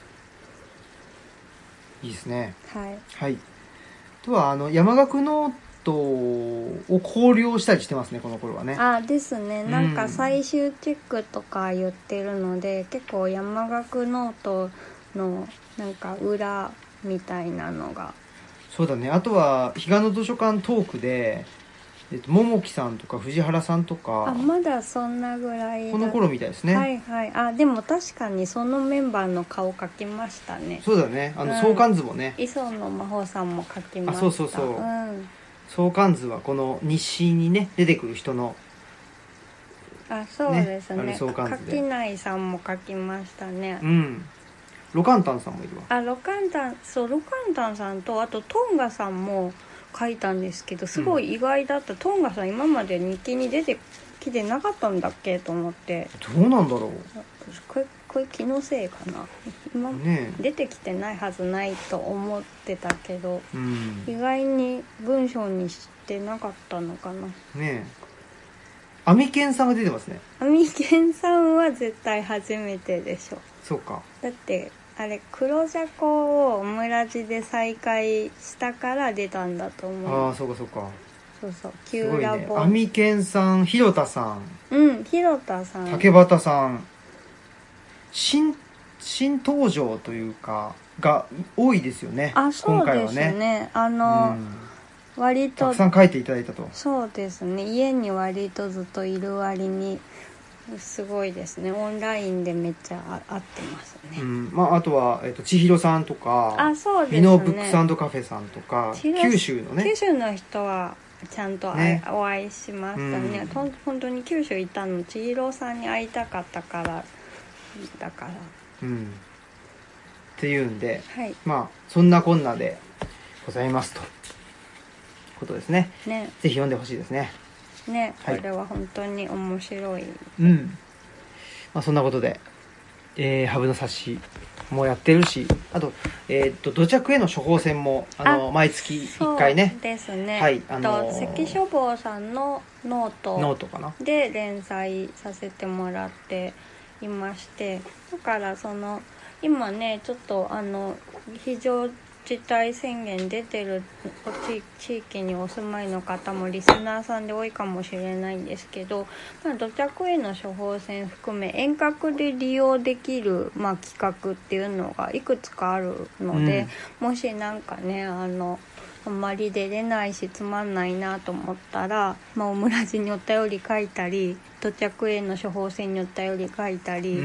S1: いいですね。
S2: はい、
S1: はい、あとはあの山岳ノートを考慮したりしてますね、この頃はね。
S2: あですね。なんか最終チェックとか言ってるので、うん、結構山岳ノートのなんか裏みたいなのが。
S1: そうだね。あとは彼岸の図書館トークでえっと、桃木さんとか藤原さんとか、
S2: あまだそんなぐらいだ
S1: この頃みたいですね。
S2: はいはい。あでも確かにそのメンバーの顔描きましたね。
S1: そうだね、あの、うん、相関図もね、
S2: 磯野真帆さんも描きました。
S1: あそうそうそう、
S2: うん、
S1: 相関図はこの日誌にね出てくる人の、
S2: あそうですね、
S1: ね、相関図で
S2: 垣内さんも描きましたね。
S1: うん、ロカンタンさんもいるわ。
S2: あロカンタンそうロカンタンさんとあとトンガさんも書いたんですけど、すごい意外だった、うん、トンガさん今まで日記に出てきてなかったんだっけと思って。
S1: どうなんだろう、
S2: これ、これ気のせいかな、今、ね、出てきてないはずないと思ってたけど、うん、意外に文章にしてなかったのかな。ね
S1: え、アミケンさんが出てますね。
S2: アミケンさんは絶対初めてでしょ。
S1: そうか、
S2: だってあれ黒ジャコをオムラジで再開したから出たんだと思う。
S1: ああそうかそうか、
S2: そうそう、キューラボ、
S1: ね、アミケンさん、広田さん、
S2: うん広田さん、
S1: 竹俣さん、新新登場というかが多いですよね。
S2: あそうですね、今回はね、あの、うん、割と
S1: たくさん書いていただいたと。
S2: そうですね、家に割とずっといる割にすごいですね。オンラインでめっちゃ合ってますね。
S1: うん、まああとはえっと千尋さんとか、
S2: あ、そうですね。
S1: ミノブックサンドカフェさんとか、九州のね。
S2: 九州の人はちゃんと、ね、お会いしましたね。うん、本当に九州いたの千尋さんに会いたかったからだから。
S1: うん。っていうんで、
S2: はい、
S1: まあそんなこんなでございますと。ことですね。ね。ぜひ読んでほしいですね。
S2: ね、これは本当に面白い、はい、
S1: うん、まあ、そんなことで、えー、ハブの冊子もやってるし、あと、えー、っと土着への処方箋もあの毎月いっかいね、
S2: そうですね、
S1: はい、あの
S2: ー、関書房さんのノート
S1: ノートかな
S2: で連載させてもらっていまして、だからその今ねちょっとあの非常事態宣言出てる地域にお住まいの方もリスナーさんで多いかもしれないんですけど、まあ、土着への処方箋含め遠隔で利用できる、まあ、企画っていうのがいくつかあるので、うん、もしなんかねあのあんまり出れないしつまんないなと思ったら、まあ、オムラジにお便り書いたり土着への処方箋にお便り書いたり、うん、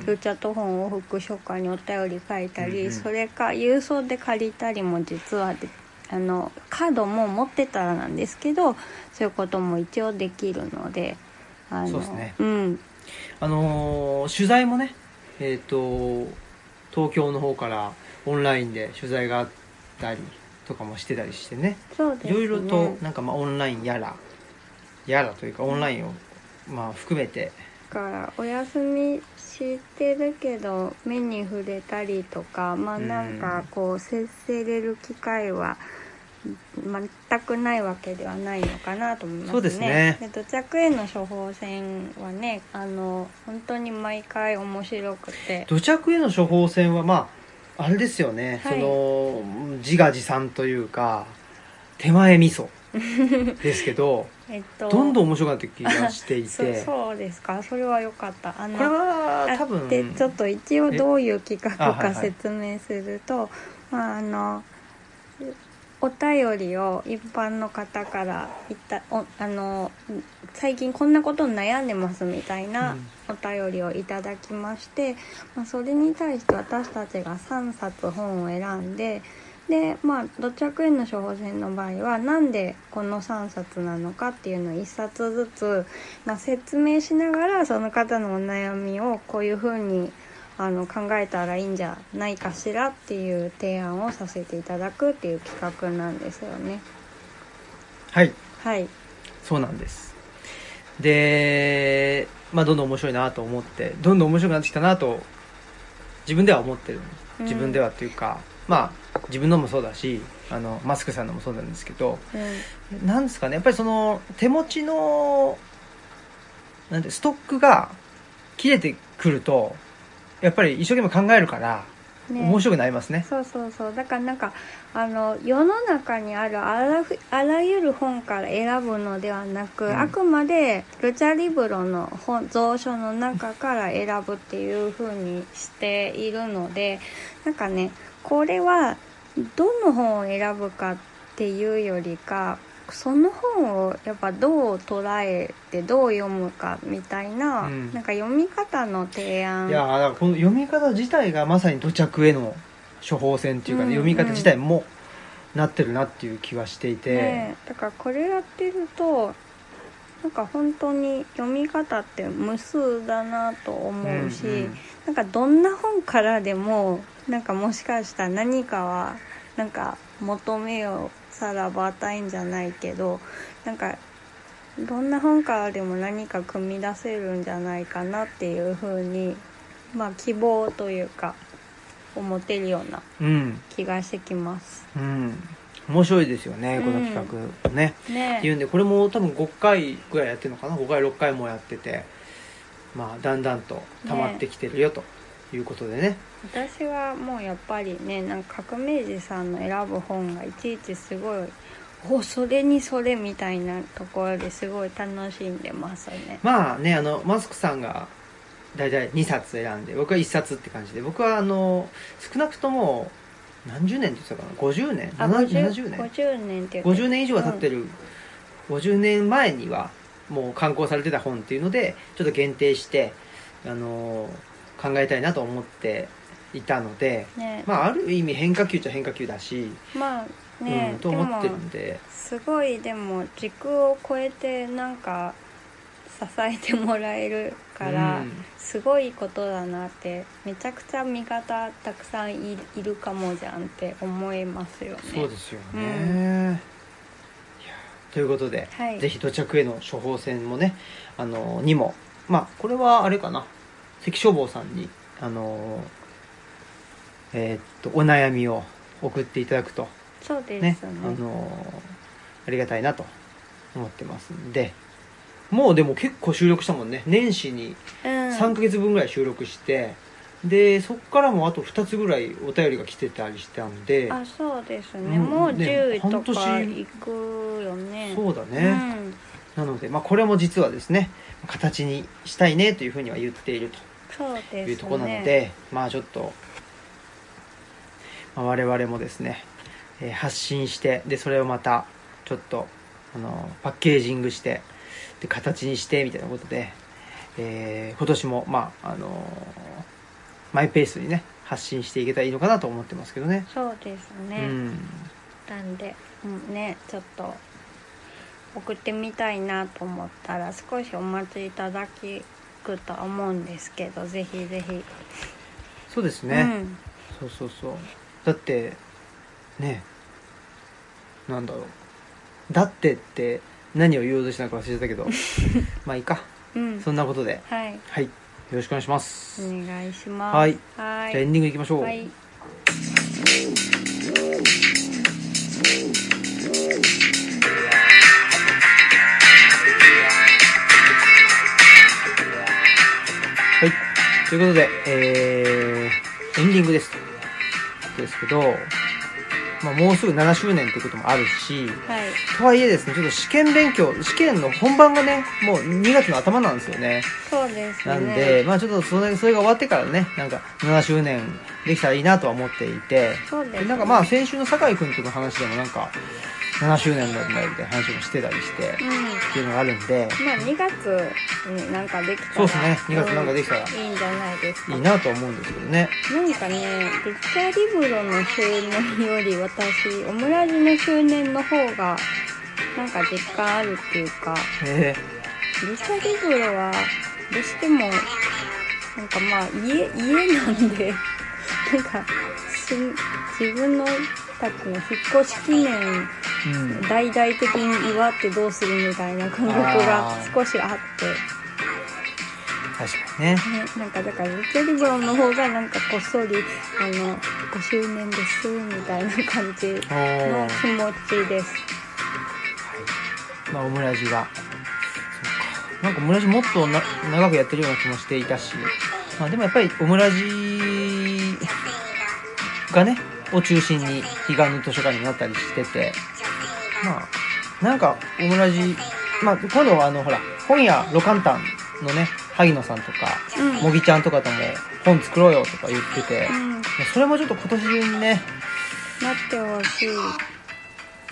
S2: ルチャト本往復書館にお便り書いたり、うん、それか郵送で借りたりも実はであのカードも持ってたらなんですけどそういうことも一応できるので、あの
S1: そうですね、うん、あのー、取材もね、えーと、東京の方からオンラインで取材があったりとかもしてたりしてね、
S2: そうですね、
S1: いろいろとなんかまあオンラインやらやらというかオンラインをまあ含めて、
S2: だからお休みしてるけど目に触れたりとか、まあなんかこう接せれる機会は全くないわけではないのかなと思いますね。
S1: そうですね。
S2: で土着への処方箋はね、あの本当に毎回面白くて、
S1: 土着への処方箋はまああれですよね、はい、その自画自賛というか手前味噌ですけど、えっと、どんどん面白くなって気がしていて
S2: そ, そうですか、それは良かった。あの
S1: これは多分
S2: でちょっと一応どういう企画か説明すると、はいはい、まああのお便りを一般の方からいったおあの最近こんなことに悩んでますみたいなお便りをいただきまして、うんまあ、それに対して私たちがさんさつ本を選んで、でまあ土着への処方箋の場合はなんでこのさんさつなのかっていうのをいっさつずつ、まあ、説明しながらその方のお悩みをこういうふうにあの考えたらいいんじゃないかしらっていう提案をさせていただくっていう企画なんですよね。
S1: はい
S2: はい
S1: そうなんです。でまあどんどん面白いなと思ってどんどん面白くなってきたなと自分では思ってる。自分ではっていうか、うん、まあ自分のもそうだしあのマスクさんのもそうなんですけど、うん、なんですかねやっぱりその手持ちのなんてストックが切れてくるとやっぱり一生懸命考えるから、ね、面白くなりますね。
S2: そうそうそう。だからなんかあの世の中にあるあらふあらゆる本から選ぶのではなく、うん、あくまでルチャリブロの本蔵書の中から選ぶっていう風にしているので、なんかねこれはどの本を選ぶかっていうよりかその本をやっぱどう捉えてどう読むかみたいな、うん、なんか読み方の提案。
S1: いやだからこの読み方自体がまさに土着への処方箋っていうか、ね、うんうん、読み方自体もなってるなっていう気はしていて、
S2: ね、だからこれやってるとなんか本当に読み方って無数だなと思うし、うんうん、なんかどんな本からでもなんかもしかしたら何かはなんか求めようさらばたいんじゃないけど、なんかどんな本からでも何か組み出せるんじゃないかなっていう風に、まあ希望というか思ってるような気がしてきます。
S1: うん、うん面白いですよね、この企画ね、うん、ねっていうんで、これも多分ごかいぐらいやってるのかな、ごかいろっかいもやってて、まあだんだんと溜まってきてるよということで ね, ね
S2: 私はもうやっぱりね、なんか革命児さんの選ぶ本がいちいちすごいおそれにそれみたいなところですごい楽しんでますね。
S1: まあね、あのマスクさんがだいたいにさつ選んで、僕はいっさつって感じで、僕はあの少なくとも何十年って言ってたかな、ごじゅうねん、ななじゅうねん、
S2: ごじゅうねんって
S1: ごじゅうねん以上は経ってる、うん、ごじゅうねんまえにはもう刊行されてた本っていうのでちょっと限定して、あのー、考えたいなと思っていたので、ね、まあある意味変化球っちゃ変化球だし、
S2: まあね、
S1: うん、と思ってるんで、
S2: すごいでも軸を超えてなんか支えてもらえるから、うん、すごいことだなって、めちゃくちゃ味方たくさん い, いるかもじゃんって思いますよね。
S1: そうですよね、うん、いやということで、はい、ぜひ土着への処方箋もね、あのにも、まあこれはあれかな、関書房さんにあのえー、っとお悩みを送っていただくと、
S2: そうですね、
S1: あのありがたいなと思ってますんで、もうでも結構収録したもんね、年始にさんかげつぶんぐらい収録して、うん、でそっからもあとふたつぐらいお便りが来てたりしたんで、
S2: あそうですね、うん、もうじゅうとかいくよね。
S1: そうだね、うん、なので、まあ、これも実はですね形にしたいねというふうには言っているというところなので、ね、まあちょっと、まあ、我々もですね、えー、発信して、でそれをまたちょっとあのパッケージングしてで形にしてみたいなことで、えー、今年もまああのー、マイペースにね発信していけたらいいのかなと思ってますけどね。
S2: そうですね、うん、なんで、うん、ねちょっと送ってみたいなと思ったら少しお待ちいただくとは思うんですけど、ぜひぜひ。
S1: そうですね、うん、そうそうそう、だってね、なんだろう、だってって何を言おうとしたのか忘れたけどまあいいか、うん、そんなことで、
S2: はい、
S1: はい、よろしくお願いします。
S2: お願いします。
S1: はい、はい、じゃあエンディングいきましょう。はい、はい、ということで、えー、エンディングですとですけど、まあ、もうすぐななしゅうねんということもあるし、はい、とはいえですね、ちょっと試験勉強、試験の本番がね、もうにがつの頭なんですよね。
S2: そうですね。
S1: なんで、まあちょっとそれ、それが終わってからね、なんかななしゅうねんできたらいいなとは思っていて、
S2: そうですね。
S1: でなんかまあ先週の酒井くんとの話でもなんか、ななしゅうねんだみたいな話もしてたりして、うん、っていうのがあるんで、
S2: まあにがつになんかできたら、
S1: そうですね、にがつなんかできたら、
S2: いいんじゃないですか。
S1: いいなと思うんですけどね。
S2: なんかね、ルチャリブロの周年より私、オムラジの周年の方が、なんか実感あるっていうか、
S1: え
S2: ー、ルチャリブロは、どうしても、なんかまあ家、家なんで、なんか、自分のたちの引っ越し記念、うん、大々的に祝ってどうするみたいな感覚が少しあって、
S1: 確かにね。ね、
S2: なんかだからルチャリブロの方がなんかこっそりあのごしゅうねんですみたいな感じの気持ちです。
S1: はい、まあオムラジが、そうか、なんかオムラジもっとな長くやってるような気もしていたし、まあでもやっぱりオムラジがねを中心に彼岸の図書館になったりしてて、まあなんかオムラジ、まあ今度はあのほら本屋ロカンタンのね萩野さんとか、うん、もぎちゃんとかとも本作ろうよとか言ってて、うん、それもちょっと今年中にね
S2: なってほしい。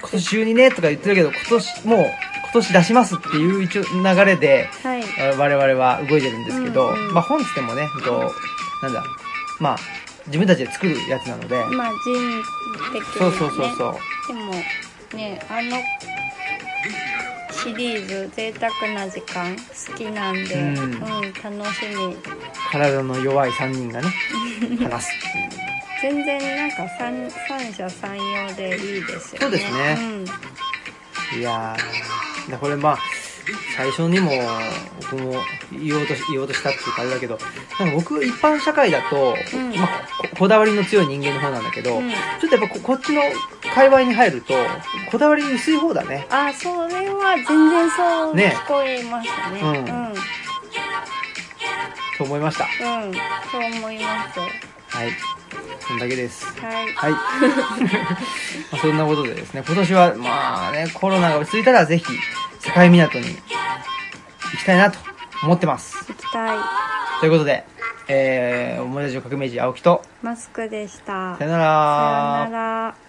S1: 今年中にねとか言ってるけど、今年もう今年出しますっていう一応流れで、はい、我々は動いてるんですけど、うんうん、まあ本つってもね、となんだまあ自分たちで作るやつなので、
S2: まあ人的な、ね、
S1: そうそうそうそう。
S2: でもね、あのシリーズ贅沢な時間好きなんで、うん、うん、楽しみ。
S1: 体の弱いさんにんがね話すっていう。
S2: 全然なんか 三, 三者三様でいいですよね。
S1: そうですね、うん、いやーこれまあ最初にも僕も言おうと言おうとしたっていうかあれだけど、なんか僕一般社会だと、うんまあ、こ, こだわりの強い人間の方なんだけど、うん、ちょっとやっぱ こ, こっちの界隈に入るとこだわり薄い方だね。
S2: あ、それは全然そう聞こえましたね。ね、うん、うん、
S1: そう思いました。
S2: うん、そう思います。
S1: はい、そんだけです。
S2: はい。
S1: はい。まあそんなことでですね、今年はまあね、コロナが落ち着いたらぜひ境港に行きたいなと思ってます。
S2: 行きたい。
S1: ということで、えー、思い出上革命児青木と
S2: マスクでした。
S1: さよなら。
S2: さよなら。